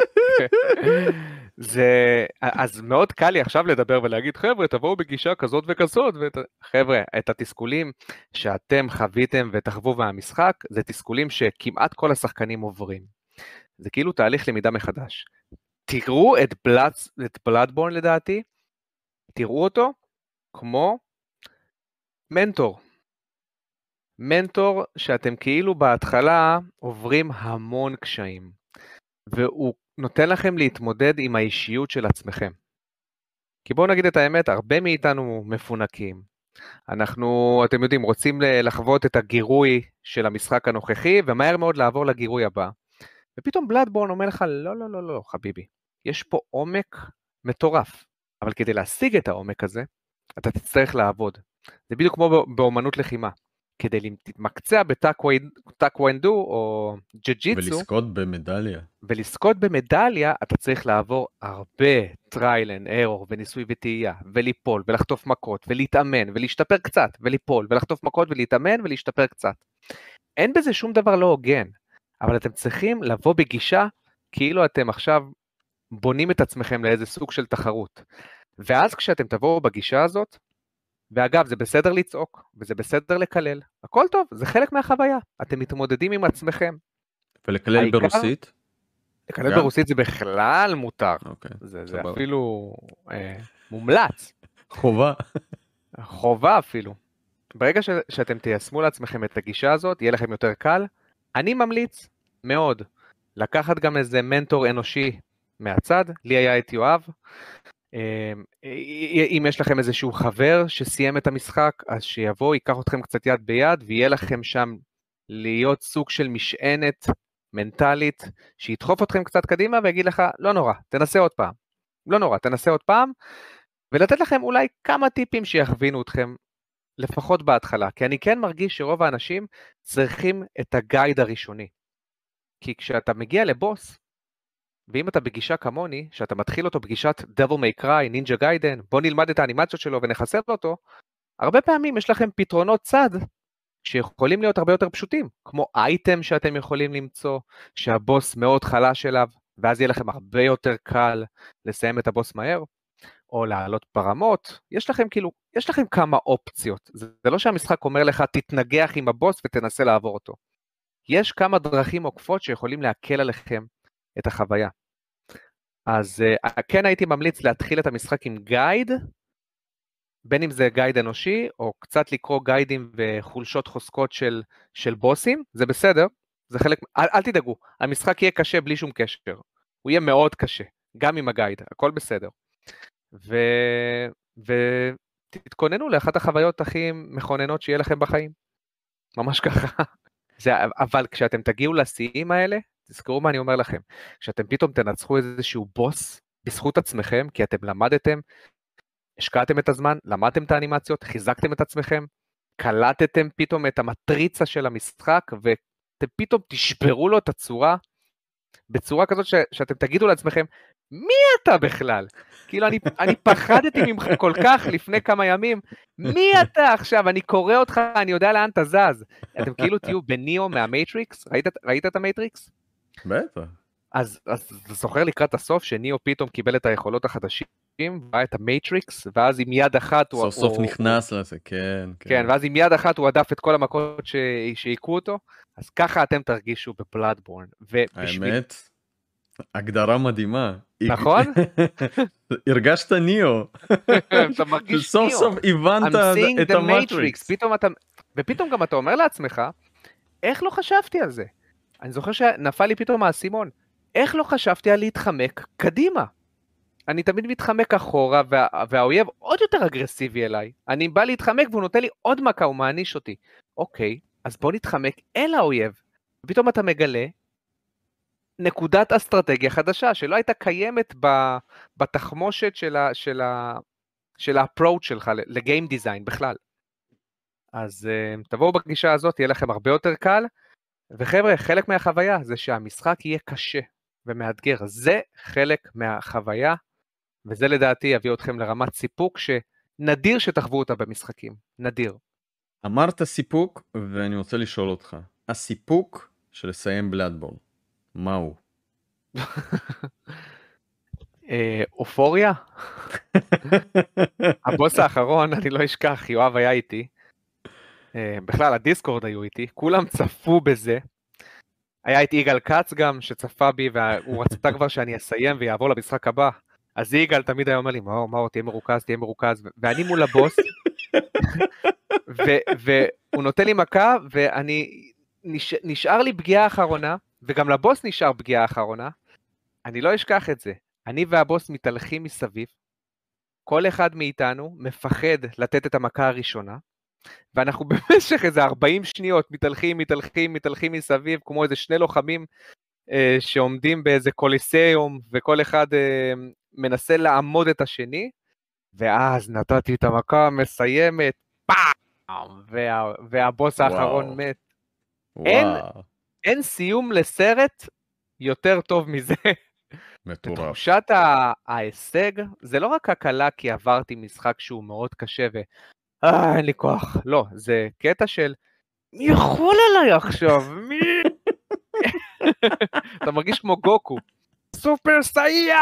זה, אז מאוד קל לי עכשיו לדבר ולהגיד, חבר'ה, תבואו בגישה כזאת וכזאת, ואת, חבר'ה, את התסכולים שאתם חוויתם ותחוו מהמשחק, זה תסכולים שכמעט כל השחקנים עוברים. זה כאילו תהליך למידה מחדש. תראו את, בלאד, את בלאדבורן לדעתי, תראו אותו כמו מנטור. מנטור שאתם כאילו בהתחלה עוברים המון קשיים, והוא נותן לכם להתמודד עם האישיות של עצמכם. כי בואו נגיד את האמת, הרבה מאיתנו מפונקים. אנחנו, אתם יודעים, רוצים לחוות את הגירוי של המשחק הנוכחי, ומהר מאוד לעבור לגירוי הבא. ופתאום בלאדבורן אומר לך, לא, לא, לא, לא, חביבי, יש פה עומק מטורף, אבל כדי להשיג את העומק הזה, אתה תצטרך לעבוד. זה בדיוק כמו באומנות לחימה, כדי להתמקצע בטאקוונדו או ג'יוג'יטסו, ולזכות במדליה. ולזכות במדליה, אתה צריך לעבור הרבה טרייל אנד ארור, וניסוי וטעייה, וליפול, ולחטוף מכות, ולהתאמן, ולהשתפר קצת, וליפול, ולחטוף מכות, ולהתאמן, ולהשתפר קצת. אין בזה שום דבר לא הוגן. אבל אתם צריכים לבוא בגישה, כאילו אתם עכשיו בונים את עצמכם לאיזה סוג של תחרות. ואז כשאתם תבואו בגישה הזאת, ואגב, זה בסדר לצעוק, וזה בסדר לקלל, הכל טוב, זה חלק מהחוויה. אתם מתמודדים עם עצמכם. ולקלל העיקר, ברוסית? לקלל ברוסית זה בכלל מותר. אוקיי, זה, זה אפילו אה, מומלץ. חובה. חובה אפילו. ברגע ש, שאתם תיישמו לעצמכם את הגישה הזאת, יהיה לכם יותר קל, אני ממליץ מאוד לקחת גם איזה מנטור אנושי מהצד, לי היה את יואב, אם יש לכם איזשהו חבר שסיים את המשחק, אז שיבוא, ייקח אתכם קצת יד ביד, ויהיה לכם שם להיות סוג של משענת מנטלית, שידחוף אתכם קצת קדימה ויגיד לך, לא נורא, תנסה עוד פעם, לא נורא, תנסה עוד פעם, ולתת לכם אולי כמה טיפים שיכווינו אתכם, לפחות בהתחלה, כי אני כן מרגיש שרוב האנשים צריכים את הגייד הראשוני. כי כשאתה מגיע לבוס, ואם אתה בגישה כמוני, שאתה מתחיל אותו בגישת Devil May Cry, נינג'ה גיידן, בוא נלמד את האנימציות שלו ונחסל אותו, הרבה פעמים יש לכם פתרונות צד, שיכולים להיות הרבה יותר פשוטים, כמו אייטם שאתם יכולים למצוא, שהבוס מאוד חלש אליו, ואז יהיה לכם הרבה יותר קל לסיים את הבוס מהר, או לעלות ברמות, יש לכם כאילו, יש לכם כמה אופציות, זה, זה לא שהמשחק אומר לך, תתנגח עם הבוס ותנסה לעבור אותו. יש כמה דרכים עוקפות שיכולים להקל עליכם את החוויה. אז uh, כן הייתי ממליץ להתחיל את המשחק עם גייד, בין אם זה גייד אנושי, או קצת לקרוא גיידים וחולשות חוזקות של, של בוסים, זה בסדר, זה חלק, אל, אל תדאגו, המשחק יהיה קשה בלי שום קשר, הוא יהיה מאוד קשה, גם עם הגייד, הכל בסדר. ו... ותתכוננו לאחת החוויות הכי מכוננות שיהיה לכם בחיים, ממש ככה. זה, אבל כשאתם תגיעו לשיאים האלה, תזכרו מה אני אומר לכם, כשאתם פתאום תנצחו איזשהו בוס בזכות עצמכם, כי אתם למדתם, השקעתם את הזמן, למדתם את האנימציות, חיזקתם את עצמכם, קלטתם פתאום את המטריצה של המשחק, ואתם פתאום תשברו לו את הצורה, בצורה כזאת ש, שאתם תגידו לעצמכם, מי אתה בכלל? כאילו אני, אני פחדתי ממך כל כך לפני כמה ימים, מי אתה עכשיו? אני קורא אותך, אני יודע לאן אתה זז. אתם כאילו תהיו בניאו מהמייטריקס, ראית, ראית את המייטריקס? בטח. אז, אז זוכר לקראת הסוף שניאו פתאום קיבל את היכולות החדשים ראה את המייטריקס, ואז עם יד אחת הוא... סוף סוף נכנס לזה, כן. כן, ואז עם יד אחת הוא עדף את כל המכות שהיכו אותו, אז ככה אתם תרגישו בבלאדבורן. האמת, הגדרה מדהימה. נכון? הרגשת ניאו. אתה מרגיש ניאו. סוף סוף הבנת את המטריקס. ופתאום גם אתה אומר לעצמך, איך לא חשבתי על זה? אני זוכר שנפל לי פתאום האסימון. איך לא חשבתי על להתחמק קדימה? אני תמיד מתחמק אחורה, וה, והאויב עוד יותר אגרסיבי אליי. אני בא להתחמק והוא נותן לי עוד מכה, הוא מעניש אותי. אוקיי, אז בוא נתחמק אל האויב. ופתאום אתה מגלה נקודת אסטרטגיה חדשה, שלא הייתה קיימת בתחמושת של ה, של ה, של האפרוץ' שלך, לגיים דיזיין בכלל. אז uh, תבואו בגישה הזאת, יהיה לכם הרבה יותר קל, וחבר'ה, חלק מהחוויה זה שהמשחק יהיה קשה ומאתגר. זה חלק מהחוויה, וזה לדעתי יביא אתכם לרמת סיפוק שנדיר שתחוו אותה במשחקים. נדיר. אמרת סיפוק, ואני רוצה לשאול אותך. הסיפוק של לסיים בלאדבורן, מהו? אופוריה? הבוס האחרון, אני לא אשכח, יואב היה איתי. בכלל, הדיסקורד היו איתי, כולם צפו בזה. היה איתי יגאל קץ גם, שצפה בי, והוא רצתה כבר שאני אסיים ויעבור למשחק הבא. אז יגאל תמיד היה אומר לי, מאור, מאור, תהיה מרוכז, תהיה מרוכז, ואני מול הבוס, והוא נותן לי מכה, ואני, נשאר לי פגיעה האחרונה, וגם לבוס נשאר פגיעה האחרונה, אני לא אשכח את זה. אני והבוס מתהלכים מסביב, כל אחד מאיתנו מפחד לתת את המכה הראשונה, ואנחנו במשך איזה ארבעים שניות מתהלכים, מתהלכים, מתהלכים מסביב, כמו איזה שני לוחמים אה, שעומדים באיזה קוליסיום, וכל אחד אה, מנסה לעמוד את השני, ואז נתתי את המכה מסיימת, פעם, וה, והבוס האחרון וואו. מת. וואו. אין, אין סיום לסרט יותר טוב מזה. מטורף. בתחושת ההישג, זה לא רק הקלה כי עברתי משחק שהוא מאוד קשה ו... אה, אין לי כוח. לא, זה קטע של... מי יכול עליי עכשיו? מי? אתה מרגיש כמו גוקו. סופר סייע!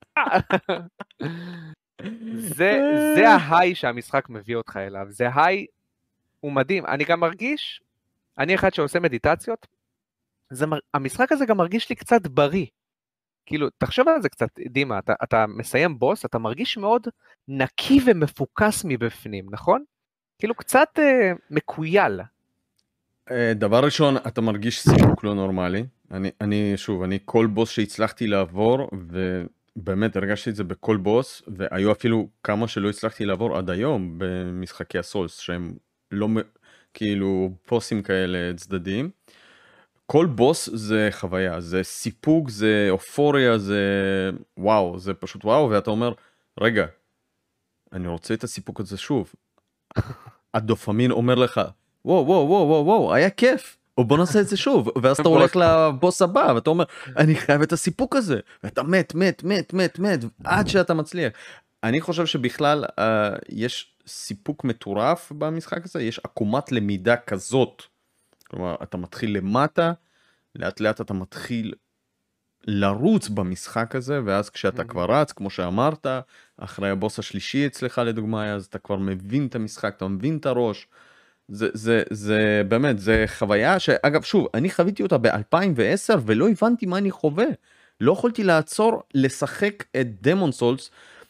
זה, זה ההיי שהמשחק מביא אותך אליו. זה היי, הוא מדהים. אני גם מרגיש, אני אחד שעושה מדיטציות, זה, המשחק הזה גם מרגיש לי קצת בריא. כאילו, תחשוב על זה קצת, דימה, אתה, אתה מסיים בוס, אתה מרגיש מאוד נקי ומפוקס מבפנים, נכון? כאילו קצת אה, מקויל. דבר ראשון, אתה מרגיש סיפוק לא נורמלי. אני, אני, שוב, אני כל בוס שהצלחתי לעבור, ובאמת הרגשתי את זה בכל בוס, והיו אפילו כמה שלא הצלחתי לעבור עד היום במשחקי הסולס, שהם לא, כאילו, בוסים כאלה צדדיים. כל בוס זה חוויה, זה סיפוק, זה אופוריה, זה וואו, זה פשוט וואו, ואתה אומר, רגע, אני רוצה את הסיפוק הזה שוב. הדופמין אומר לך, וואו, וואו, וואו, וואו, וואו, היה כיף, או בוא נעשה את זה שוב, ואז אתה הולך לבוס הבא, ואתה אומר, אני חייב את הסיפוק הזה, ואתה מת, מת, מת, מת, מת, עד שאתה מצליח. אני חושב שבכלל uh, יש סיפוק מטורף במשחק הזה, יש עקומת למידה כזאת, כלומר, אתה מתחיל למטה, לאט לאט אתה מתחיל לרוץ במשחק הזה, ואז כשאתה כבר רץ, כמו שאמרת, אחרי הבוס השלישי אצלך לדוגמה, אז אתה כבר מבין את המשחק, אתה מבין את הראש. זה, זה, זה באמת, זה חוויה שאגב, שוב, אני חוויתי אותה ב-אלפיים ועשר, ולא הבנתי מה אני חווה. לא יכולתי לעצור לשחק את דמון סולס,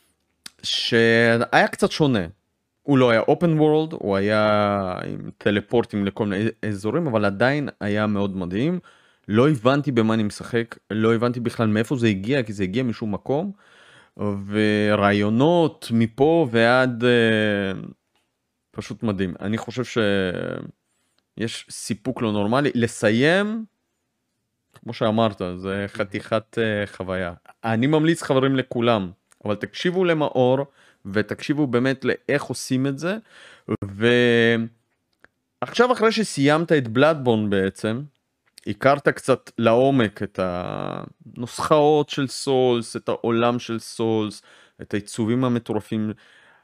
שהיה קצת שונה. הוא לא היה open world, הוא היה עם טלפורטים לכל מיני אזורים, אבל עדיין היה מאוד מדהים. לא הבנתי במה אני משחק, לא הבנתי בכלל מאיפה זה הגיע, כי זה הגיע משום מקום, ורעיונות מפה ועד פשוט מדהים. אני חושב שיש סיפוק לא נורמלי. לסיים, כמו שאמרת, זה חתיכת חוויה. אני ממליץ חברים לכולם, אבל תקשיבו למאור, ותקשיבו באמת לאיך עושים את זה, ועכשיו אחרי שסיימת את בלאדבורן בעצם, הכרת קצת לעומק את הנוסחאות של סולס, את העולם של סולס, את העיצובים המטורפים,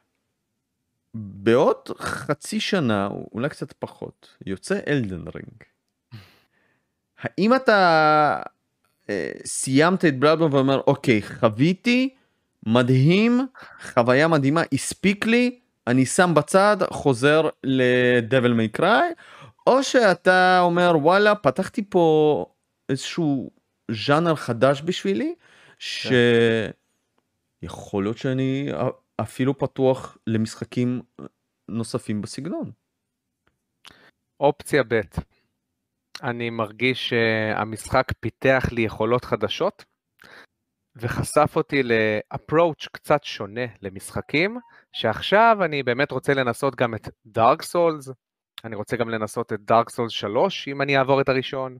בעוד חצי שנה, אולי קצת פחות, יוצא אלדן רינג. האם אתה אה, סיימת את בלאדבורן ואומר, אוקיי, חוויתי, מדהים, חוויה מדהימה, הספיק לי, אני שם בצד, חוזר לדבל מיי קריי, או שאתה אומר וואלה, פתחתי פה איזשהו ז'אנר חדש בשבילי, שיכול להיות שאני אפילו פתוח למשחקים נוספים בסגנון. אופציה ב', אני מרגיש שהמשחק פיתח לי יכולות חדשות, וחשף אותי לאפרוץ' קצת שונה למשחקים, שעכשיו אני באמת רוצה לנסות גם את דארק סולס, אני רוצה גם לנסות את דארק סולס שלוש, אם אני אעבור את הראשון,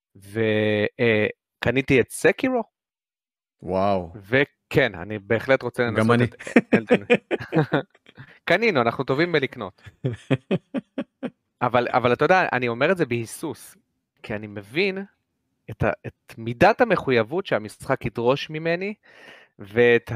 וקניתי את סקירו. וואו. וכן, אני בהחלט רוצה לנסות גם אני. את אלדן. קנינו, אנחנו טובים בלקנות. אבל, אבל אתה יודע, אני אומר את זה בהיסוס, כי אני מבין את, ה, את מידת המחויבות שהמשחק ידרוש ממני, ואת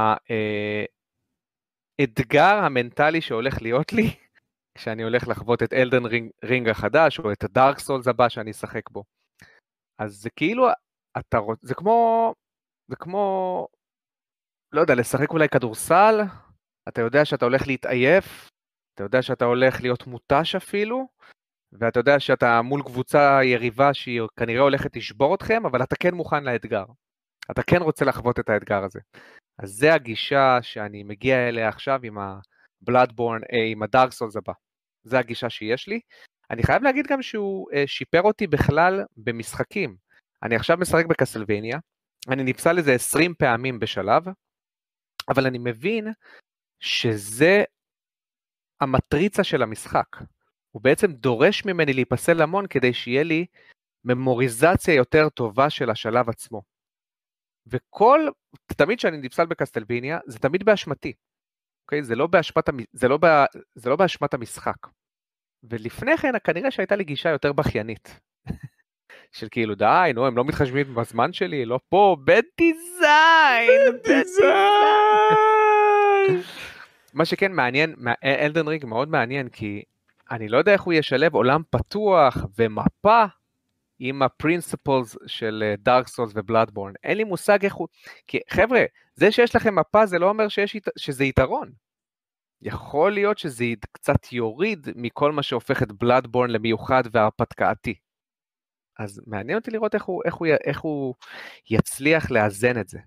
האתגר המנטלי שהולך להיות לי, כשאני הולך לחוות את אלדן רינג, רינג החדש, או את הדארק סולס הבא שאני אשחק בו. אז זה כאילו, אתה רוצ... זה כמו, זה כמו, לא יודע, לשחק אולי כדורסל, אתה יודע שאתה הולך להתעייף, אתה יודע שאתה הולך להיות מוטש אפילו, ואתה יודע שאתה מול קבוצה יריבה שהיא כנראה הולכת לשבור אתכם, אבל אתה כן מוכן לאתגר. אתה כן רוצה לחוות את האתגר הזה. אז זה הגישה שאני מגיע אליה עכשיו עם ה-Bloodborne, עם ה-Dark Souls הבא. זה הגישה שיש לי. אני חייב להגיד גם שהוא שיפר אותי בכלל במשחקים. אני עכשיו משחק בקסלווניה, אני נפסל לזה עשרים פעמים בשלב, אבל אני מבין שזה המטריצה של המשחק. הוא בעצם דורש ממני להיפסל המון כדי שיהיה לי ממוריזציה יותר טובה של השלב עצמו. וכל, תמיד שאני נפסל בקסטלביניה, זה תמיד באשמתי. אוקיי? זה לא באשמת, זה לא, זה לא באשמת המשחק. ולפני כן, כנראה שהייתה לי גישה יותר בכיינית. של כאילו, די, נו, הם לא מתחשבים בזמן שלי, לא פה, בד דיזיין, בד דיזיין. מה שכן מעניין, אלדן רינג מאוד מעניין, כי אני לא יודע איך הוא ישלב עולם פתוח ומפה עם הפרינספלס של דארק סולס ובלאדבורן. אין לי מושג איך הוא... כי חבר'ה, זה שיש לכם מפה זה לא אומר שיש, שזה יתרון. יכול להיות שזה קצת יוריד מכל מה שהופך את בלאדבורן למיוחד והרפתקאתי. אז מעניין אותי לראות איך הוא, איך הוא, איך הוא יצליח לאזן את זה.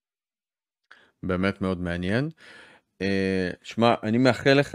באמת מאוד מעניין. שמע, אני מאחל לך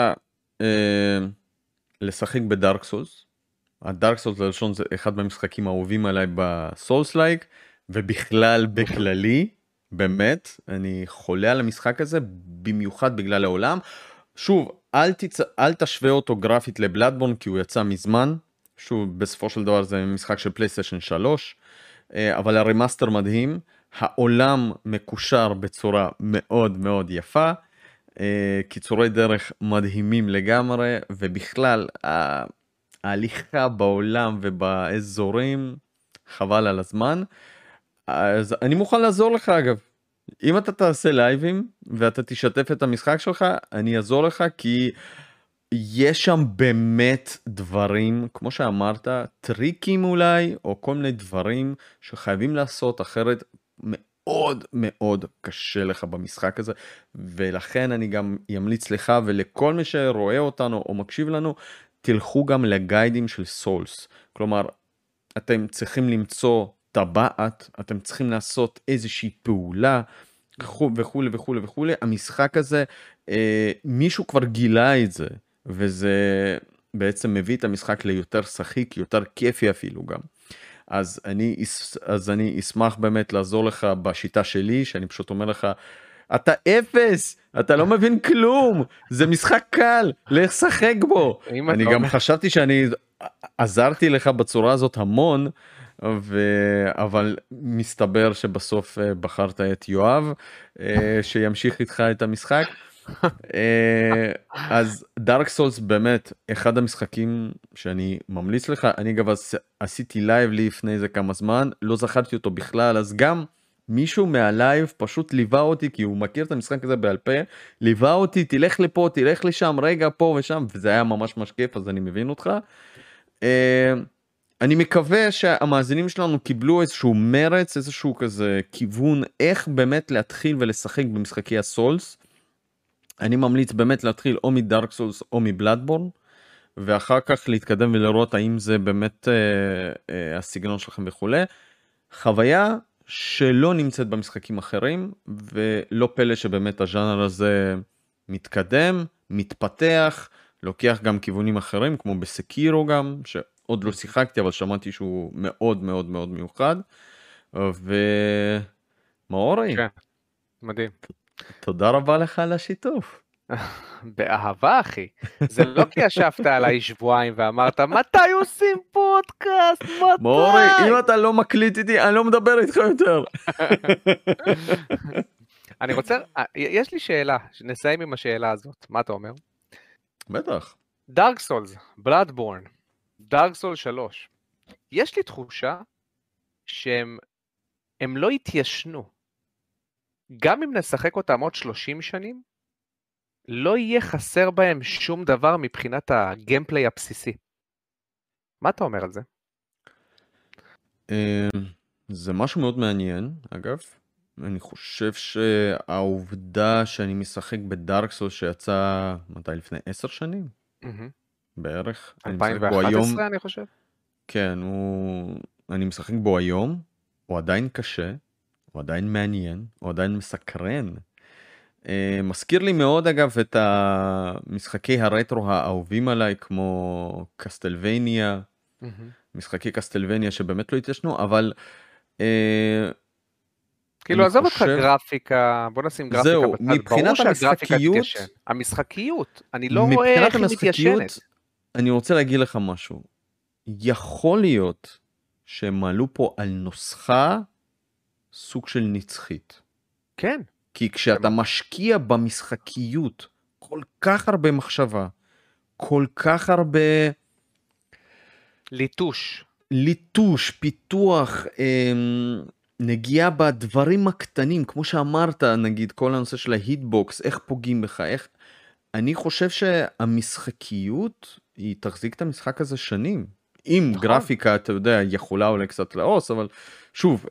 לשחק בדארק סולס. הדארק סולס לראשון זה אחד מהמשחקים האהובים עליי בסולס לייק, ובכלל בכללי, באמת, אני חולה על המשחק הזה, במיוחד בגלל העולם. שוב, אל, תצ... אל תשווה אותו גרפית לבלאדבורן, כי הוא יצא מזמן. שוב, בסופו של דבר זה משחק של פלייסטיישן שלוש, אבל הרמאסטר מדהים, העולם מקושר בצורה מאוד מאוד יפה, קיצורי דרך מדהימים לגמרי, ובכלל ההליכה בעולם ובאזורים חבל על הזמן. אז אני מוכן לעזור לך אגב, אם אתה תעשה לייבים ואתה תשתף את המשחק שלך, אני אעזור לך, כי יש שם באמת דברים, כמו שאמרת, טריקים אולי, או כל מיני דברים שחייבים לעשות, אחרת מאוד מאוד קשה לך במשחק הזה, ולכן אני גם ימליץ לך ולכל מי שרואה אותנו או מקשיב לנו, תלכו גם לגיידים של סולס. כלומר, אתם צריכים למצוא טבעת, אתם צריכים לעשות איזושהי פעולה, וכו' וכו' וכו' וכו'. המשחק הזה, אה, מישהו כבר גילה את זה, וזה בעצם מביא את המשחק ליותר שחיק, יותר כיפי אפילו גם. אז אני, אז אני אשמח באמת לעזור לך בשיטה שלי, שאני פשוט אומר לך, אתה אפס, אתה לא מבין כלום, זה משחק קל, לך שחק בו. אני גם חשבתי שאני עזרתי לך בצורה הזאת המון, ו... אבל מסתבר שבסוף בחרת את יואב, שימשיך איתך את המשחק. אז דארק סולס באמת אחד המשחקים שאני ממליץ לך. אני גם עשיתי לייב לפני איזה כמה זמן, לא זכרתי אותו בכלל, אז גם מישהו מהלייב פשוט ליווה אותי, כי הוא מכיר את המשחק הזה בעל פה, ליווה אותי, תלך לפה, תלך לשם, רגע פה ושם, וזה היה ממש ממש כיף, אז אני מבין אותך. אני מקווה שהמאזינים שלנו קיבלו איזשהו מרץ, איזשהו כזה כיוון איך באמת להתחיל ולשחק במשחקי הסולס. אני ממליץ באמת להתחיל או מדארק סולס או מבלאדבורן, ואחר כך להתקדם ולראות האם זה באמת אה, אה, הסגנון שלכם וכולי. חוויה שלא נמצאת במשחקים אחרים, ולא פלא שבאמת הז'אנר הזה מתקדם, מתפתח, לוקח גם כיוונים אחרים, כמו בסקירו גם, שעוד לא שיחקתי, אבל שמעתי שהוא מאוד מאוד מאוד מיוחד. ומאורי, כן, מדהים. תודה רבה לך על השיתוף. באהבה, אחי. זה לא כי ישבת עליי שבועיים ואמרת, מתי עושים פודקאסט? מתי? מאורי, אם אתה לא מקליט איתי, אני לא מדבר איתך יותר. אני רוצה, יש לי שאלה, נסיים עם השאלה הזאת. מה אתה אומר? בטח. דארק סולס, בלאדבורן, דארק סולס שלוש. יש לי תחושה שהם הם לא התיישנו. גם אם נשחק אותם עוד שלושים שנים, לא יהיה חסר בהם שום דבר מבחינת הגיימפליי הבסיסי. מה אתה אומר על זה? זה משהו מאוד מעניין, אגב. אני חושב שהעובדה שאני משחק בדארק סולס שיצא, מתי? לפני עשר שנים? בערך. אלפיים ואחת עשרה אני חושב. כן, הוא... אני משחק בו היום, הוא עדיין קשה, הוא עדיין מעניין, הוא עדיין מסקרן. מזכיר לי מאוד אגב את המשחקי הרטרו האהובים עליי, כמו קסטלווניה, משחקי קסטלווניה שבאמת לא התיישנו, אבל... כאילו עזוב אותך גרפיקה, בוא נשים גרפיקה זהו, בצד, מבחינת המשחקיות, המשחקיות, אני לא רואה איך היא מתיישנת. אני רוצה להגיד לך משהו, יכול להיות שהם מעלו פה על נוסחה סוג של נצחית. כן. כי כשאתה משקיע במשחקיות כל כך הרבה מחשבה, כל כך הרבה... ליטוש. ליטוש, פיתוח, נגיעה בדברים הקטנים, כמו שאמרת, נגיד כל הנושא של ההיטבוקס, איך פוגעים בך, איך... אני חושב שהמשחקיות היא תחזיק את המשחק הזה שנים. עם נכון. גרפיקה, אתה יודע, יכולה אולי קצת לעוס, אבל שוב,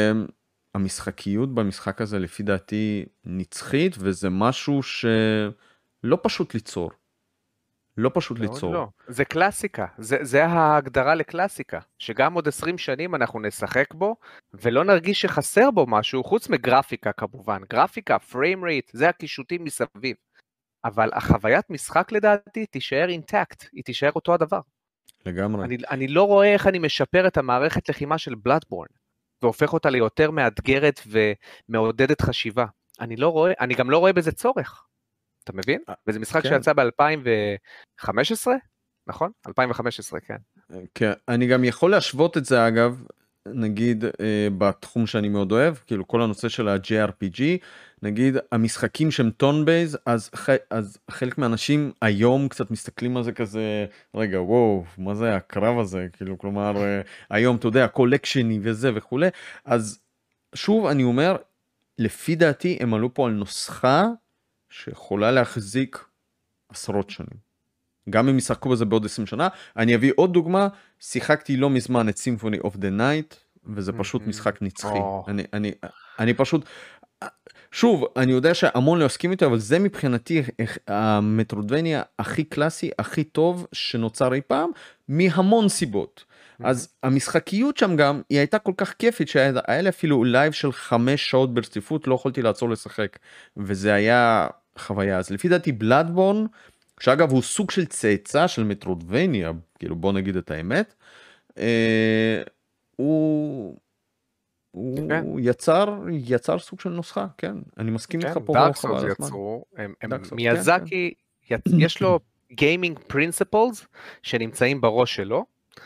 המשחקיות במשחק הזה לפי דעתי נצחית, וזה משהו שלא פשוט ליצור. לא פשוט ליצור. לא. זה קלאסיקה, זה, זה ההגדרה לקלאסיקה, שגם עוד עשרים שנים אנחנו נשחק בו, ולא נרגיש שחסר בו משהו, חוץ מגרפיקה כמובן, גרפיקה, פריים רייט, זה הקישוטים מסביב, אבל החוויית משחק לדעתי תישאר אינטקט, היא תישאר אותו הדבר. לגמרי. אני, אני לא רואה איך אני משפר את המערכת לחימה של בלאדבורן, והופך אותה ליותר מאתגרת ומעודדת חשיבה. אני לא רואה, אני גם לא רואה בזה צורך. אתה מבין? וזה משחק שיצא ב-אלפיים וחמש עשרה, נכון? אלפיים וחמש עשרה, כן. כן, אני גם יכול להשוות את זה אגב, נגיד בתחום שאני מאוד אוהב, כאילו כל הנושא של ה-ג'יי אר פי ג'י, נגיד המשחקים שהם טון בייז, אז, אז חלק מהאנשים היום קצת מסתכלים על זה כזה, רגע, וואו, מה זה הקרב הזה? כאילו, כלומר, היום, אתה יודע, קולקשני וזה וכולי, אז שוב, אני אומר, לפי דעתי, הם עלו פה על נוסחה, שיכולה להחזיק עשרות שנים. גם אם ישחקו בזה בעוד עשרים שנה. אני אביא עוד דוגמה, שיחקתי לא מזמן את Symphony of the Night, וזה פשוט משחק נצחי. אני, אני, אני פשוט, שוב, אני יודע שהמון לא יסכים איתו, אבל זה מבחינתי המטרודבניה הכי קלאסי, הכי טוב שנוצר אי פעם, מהמון סיבות. אז המשחקיות שם גם, היא הייתה כל כך כיפית, שהיה לי אפילו לייב של חמש שעות ברציפות, לא יכולתי לעצור לשחק, וזה היה חוויה. אז לפי דעתי בלאדבורן, שאגב הוא סוג של צאצא של מטרודבניה, כאילו בוא נגיד את האמת, אה, הוא, הוא כן. יצר, יצר סוג של נוסחה, כן, אני מסכים איתך כן, פה. דארק סולס יצרו, הם, הם, מיאזקי, כן, כן. יש לו גיימינג פרינסיפלס שנמצאים בראש שלו,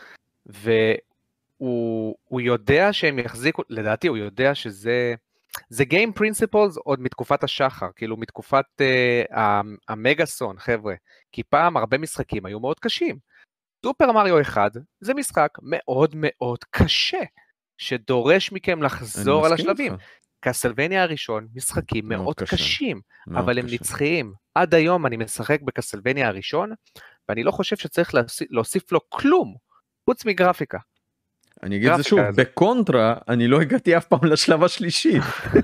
והוא יודע שהם יחזיקו, לדעתי הוא יודע שזה, זה Game Principles עוד מתקופת השחר, כאילו מתקופת uh, המגאסון, חבר'ה, כי פעם הרבה משחקים היו מאוד קשים. סופר מריו אחד זה משחק מאוד מאוד קשה, שדורש מכם לחזור על השלבים. קסלווניה הראשון, משחקים מאוד, מאוד קשה. קשים, מאוד אבל קשה. הם נצחיים. עד היום אני משחק בקסלווניה הראשון, ואני לא חושב שצריך להוסיף, להוסיף לו כלום. חוץ מגרפיקה. אני אגיד את זה שוב, בקונטרה אני לא הגעתי אף פעם לשלב השלישי.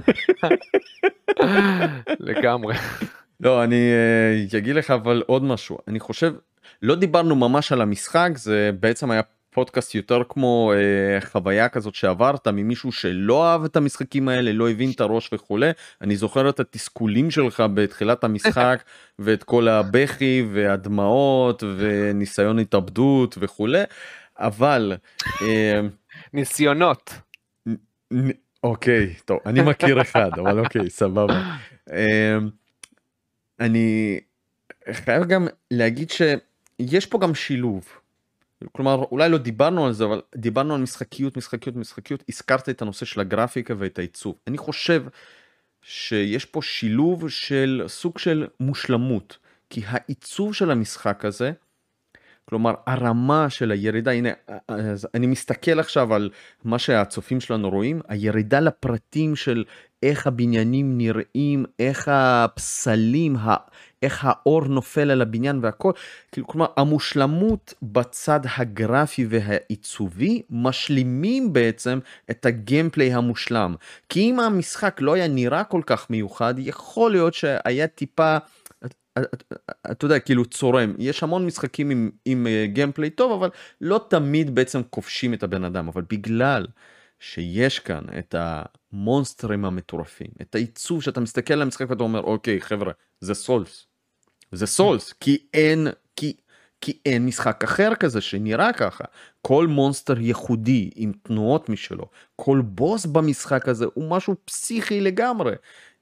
לגמרי. לא, אני uh, אגיד לך אבל עוד משהו, אני חושב, לא דיברנו ממש על המשחק, זה בעצם היה פודקאסט יותר כמו uh, חוויה כזאת שעברת ממישהו שלא אהב את המשחקים האלה, לא הבין את הראש וכולי, אני זוכר את התסכולים שלך בתחילת המשחק, ואת כל הבכי והדמעות וניסיון התאבדות וכולי, אבל... Uh, ניסיונות. נ, אוקיי, טוב, אני מכיר אחד, אבל אוקיי, סבבה. Uh, אני חייב גם להגיד שיש פה גם שילוב, כלומר אולי לא דיברנו על זה, אבל דיברנו על משחקיות, משחקיות, משחקיות, הזכרת את הנושא של הגרפיקה ואת העיצוב. אני חושב שיש פה שילוב של סוג של מושלמות, כי העיצוב של המשחק הזה, כלומר הרמה של הירידה, הנה אני מסתכל עכשיו על מה שהצופים שלנו רואים, הירידה לפרטים של איך הבניינים נראים, איך הפסלים, איך האור נופל על הבניין והכל, כלומר המושלמות בצד הגרפי והעיצובי משלימים בעצם את הגיימפליי המושלם, כי אם המשחק לא היה נראה כל כך מיוחד, יכול להיות שהיה טיפה, אתה יודע, כאילו צורם. יש המון משחקים עם, עם גיימפליי טוב, אבל לא תמיד בעצם כובשים את הבן אדם, אבל בגלל שיש כאן את המונסטרים המטורפים, את העיצוב שאתה מסתכל על המשחק ואתה אומר, אוקיי חבר'ה, זה סולס, זה סולס, כי אין, כי, כי אין משחק אחר כזה שנראה ככה. כל מונסטר ייחודי עם תנועות משלו, כל בוס במשחק הזה הוא משהו פסיכי לגמרי.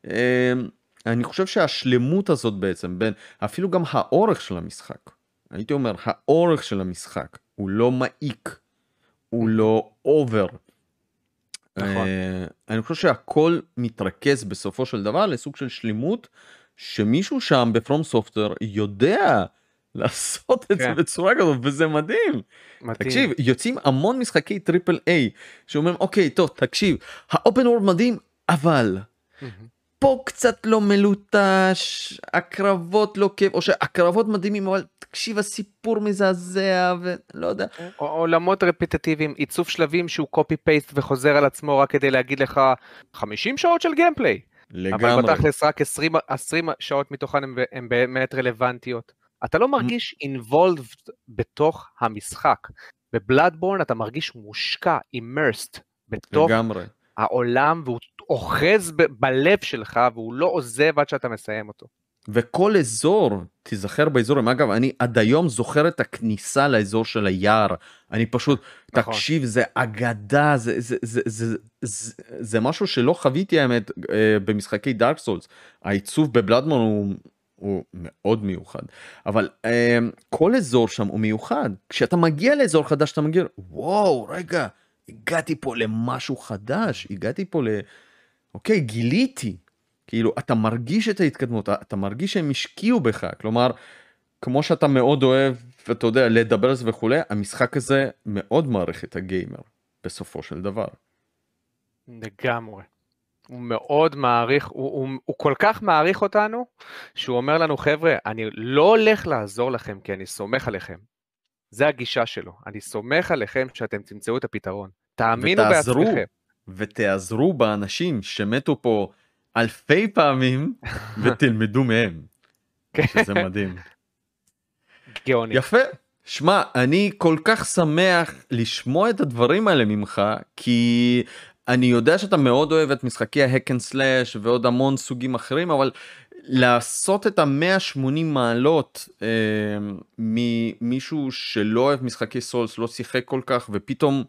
אני חושב שהשלמות הזאת בעצם, בין אפילו גם האורך של המשחק, הייתי אומר, האורך של המשחק הוא לא מעיק, הוא לא אובר. נכון. אני חושב שהכל מתרכז בסופו של דבר לסוג של שלמות, שמישהו שם בפרום סופטוור יודע לעשות את זה בצורה כזאת, וזה מדהים. תקשיב, יוצאים המון משחקי טריפל איי, שאומרים, אוקיי, טוב, תקשיב, האופן וורד מדהים, אבל... פה קצת לא מלוטש, הקרבות לא כיף, או שהקרבות מדהימים, אבל תקשיב, הסיפור מזעזע, ולא יודע. עולמות רפיטטיביים, עיצוב שלבים שהוא קופי פייסט וחוזר על עצמו רק כדי להגיד לך חמישים שעות של גיימפליי. לגמרי. אבל בתכלס רק עשרים, עשרים שעות מתוכן הן באמת רלוונטיות. אתה לא מרגיש involved בתוך המשחק. בבלאדבורן אתה מרגיש מושקע, immersed, בתוך לגמרי. העולם, והוא אוחז ב- בלב שלך, והוא לא עוזב עד שאתה מסיים אותו. וכל אזור, תזכר באזורים, אגב, אני עד היום זוכר את הכניסה לאזור של היער, אני פשוט, נכון. תקשיב, זה אגדה, זה, זה, זה, זה, זה, זה משהו שלא חוויתי האמת במשחקי דארק סולס, העיצוב בבלאדבורן הוא, הוא מאוד מיוחד, אבל כל אזור שם הוא מיוחד, כשאתה מגיע לאזור חדש, אתה מגיע, וואו, רגע, הגעתי פה למשהו חדש, הגעתי פה ל... אוקיי, גיליתי. כאילו, אתה מרגיש את ההתקדמות, אתה מרגיש שהם השקיעו בך. כלומר, כמו שאתה מאוד אוהב, ואתה יודע, לדבר על זה וכו', המשחק הזה מאוד מעריך את הגיימר, בסופו של דבר. לגמרי. הוא מאוד מעריך, הוא, הוא, הוא כל כך מעריך אותנו, שהוא אומר לנו, חבר'ה, אני לא הולך לעזור לכם, כי אני סומך עליכם. זה הגישה שלו. אני סומך עליכם שאתם תמצאו את הפתרון. תאמינו ותעזרו, בעצמכם. ותעזרו באנשים שמתו פה אלפי פעמים, ותלמדו מהם. שזה מדהים. גאוני. יפה. שמע, אני כל כך שמח לשמוע את הדברים האלה ממך, כי אני יודע שאתה מאוד אוהב את משחקי ה-Hack and Slash ועוד המון סוגים אחרים, אבל לעשות את ה-מאה ושמונים מעלות אה, ממישהו שלא אוהב משחקי סולס, לא שיחק כל כך, ופתאום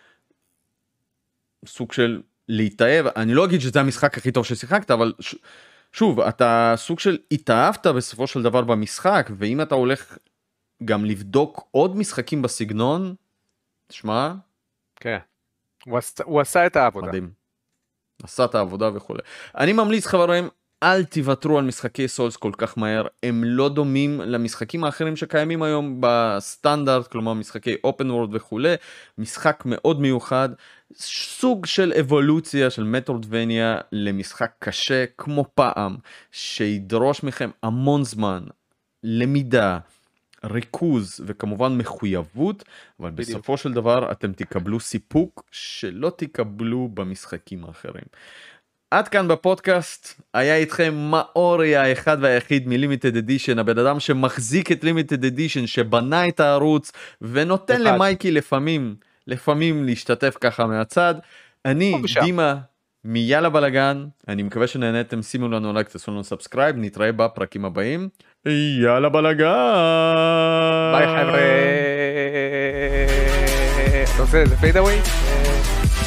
סוג של להתאהב, אני לא אגיד שזה המשחק הכי טוב ששיחקת, אבל ש... שוב, אתה סוג של התאהבת בסופו של דבר במשחק, ואם אתה הולך גם לבדוק עוד משחקים בסגנון, תשמע? כן, הוא עשה, הוא עשה את העבודה. מדהים. עשה את העבודה וכו'. אני ממליץ חברים, אל תוותרו על משחקי סולס כל כך מהר, הם לא דומים למשחקים האחרים שקיימים היום בסטנדרט, כלומר משחקי אופן וורד וכו', משחק מאוד מיוחד, סוג של אבולוציה של מטרודבניה למשחק קשה כמו פעם, שידרוש מכם המון זמן, למידה, ריכוז וכמובן מחויבות, אבל בדיוק. בסופו של דבר אתם תקבלו סיפוק שלא תקבלו במשחקים האחרים. עד כאן בפודקאסט, היה איתכם מאורי האחד והיחיד מלימיטד אדישן, הבן אדם שמחזיק את לימיטד אדישן, שבנה את הערוץ ונותן אחד. למייקי לפעמים, לפעמים להשתתף ככה מהצד. אני פה ושם. דימה מיאללה בלגן, אני מקווה שנהנתם, שימו לנו לייק, תעשו לנו סאבסקרייב, נתראה בפרקים הבאים, יאללה בלגן! ביי חבר'ה. אתה עושה איזה פייד אווי?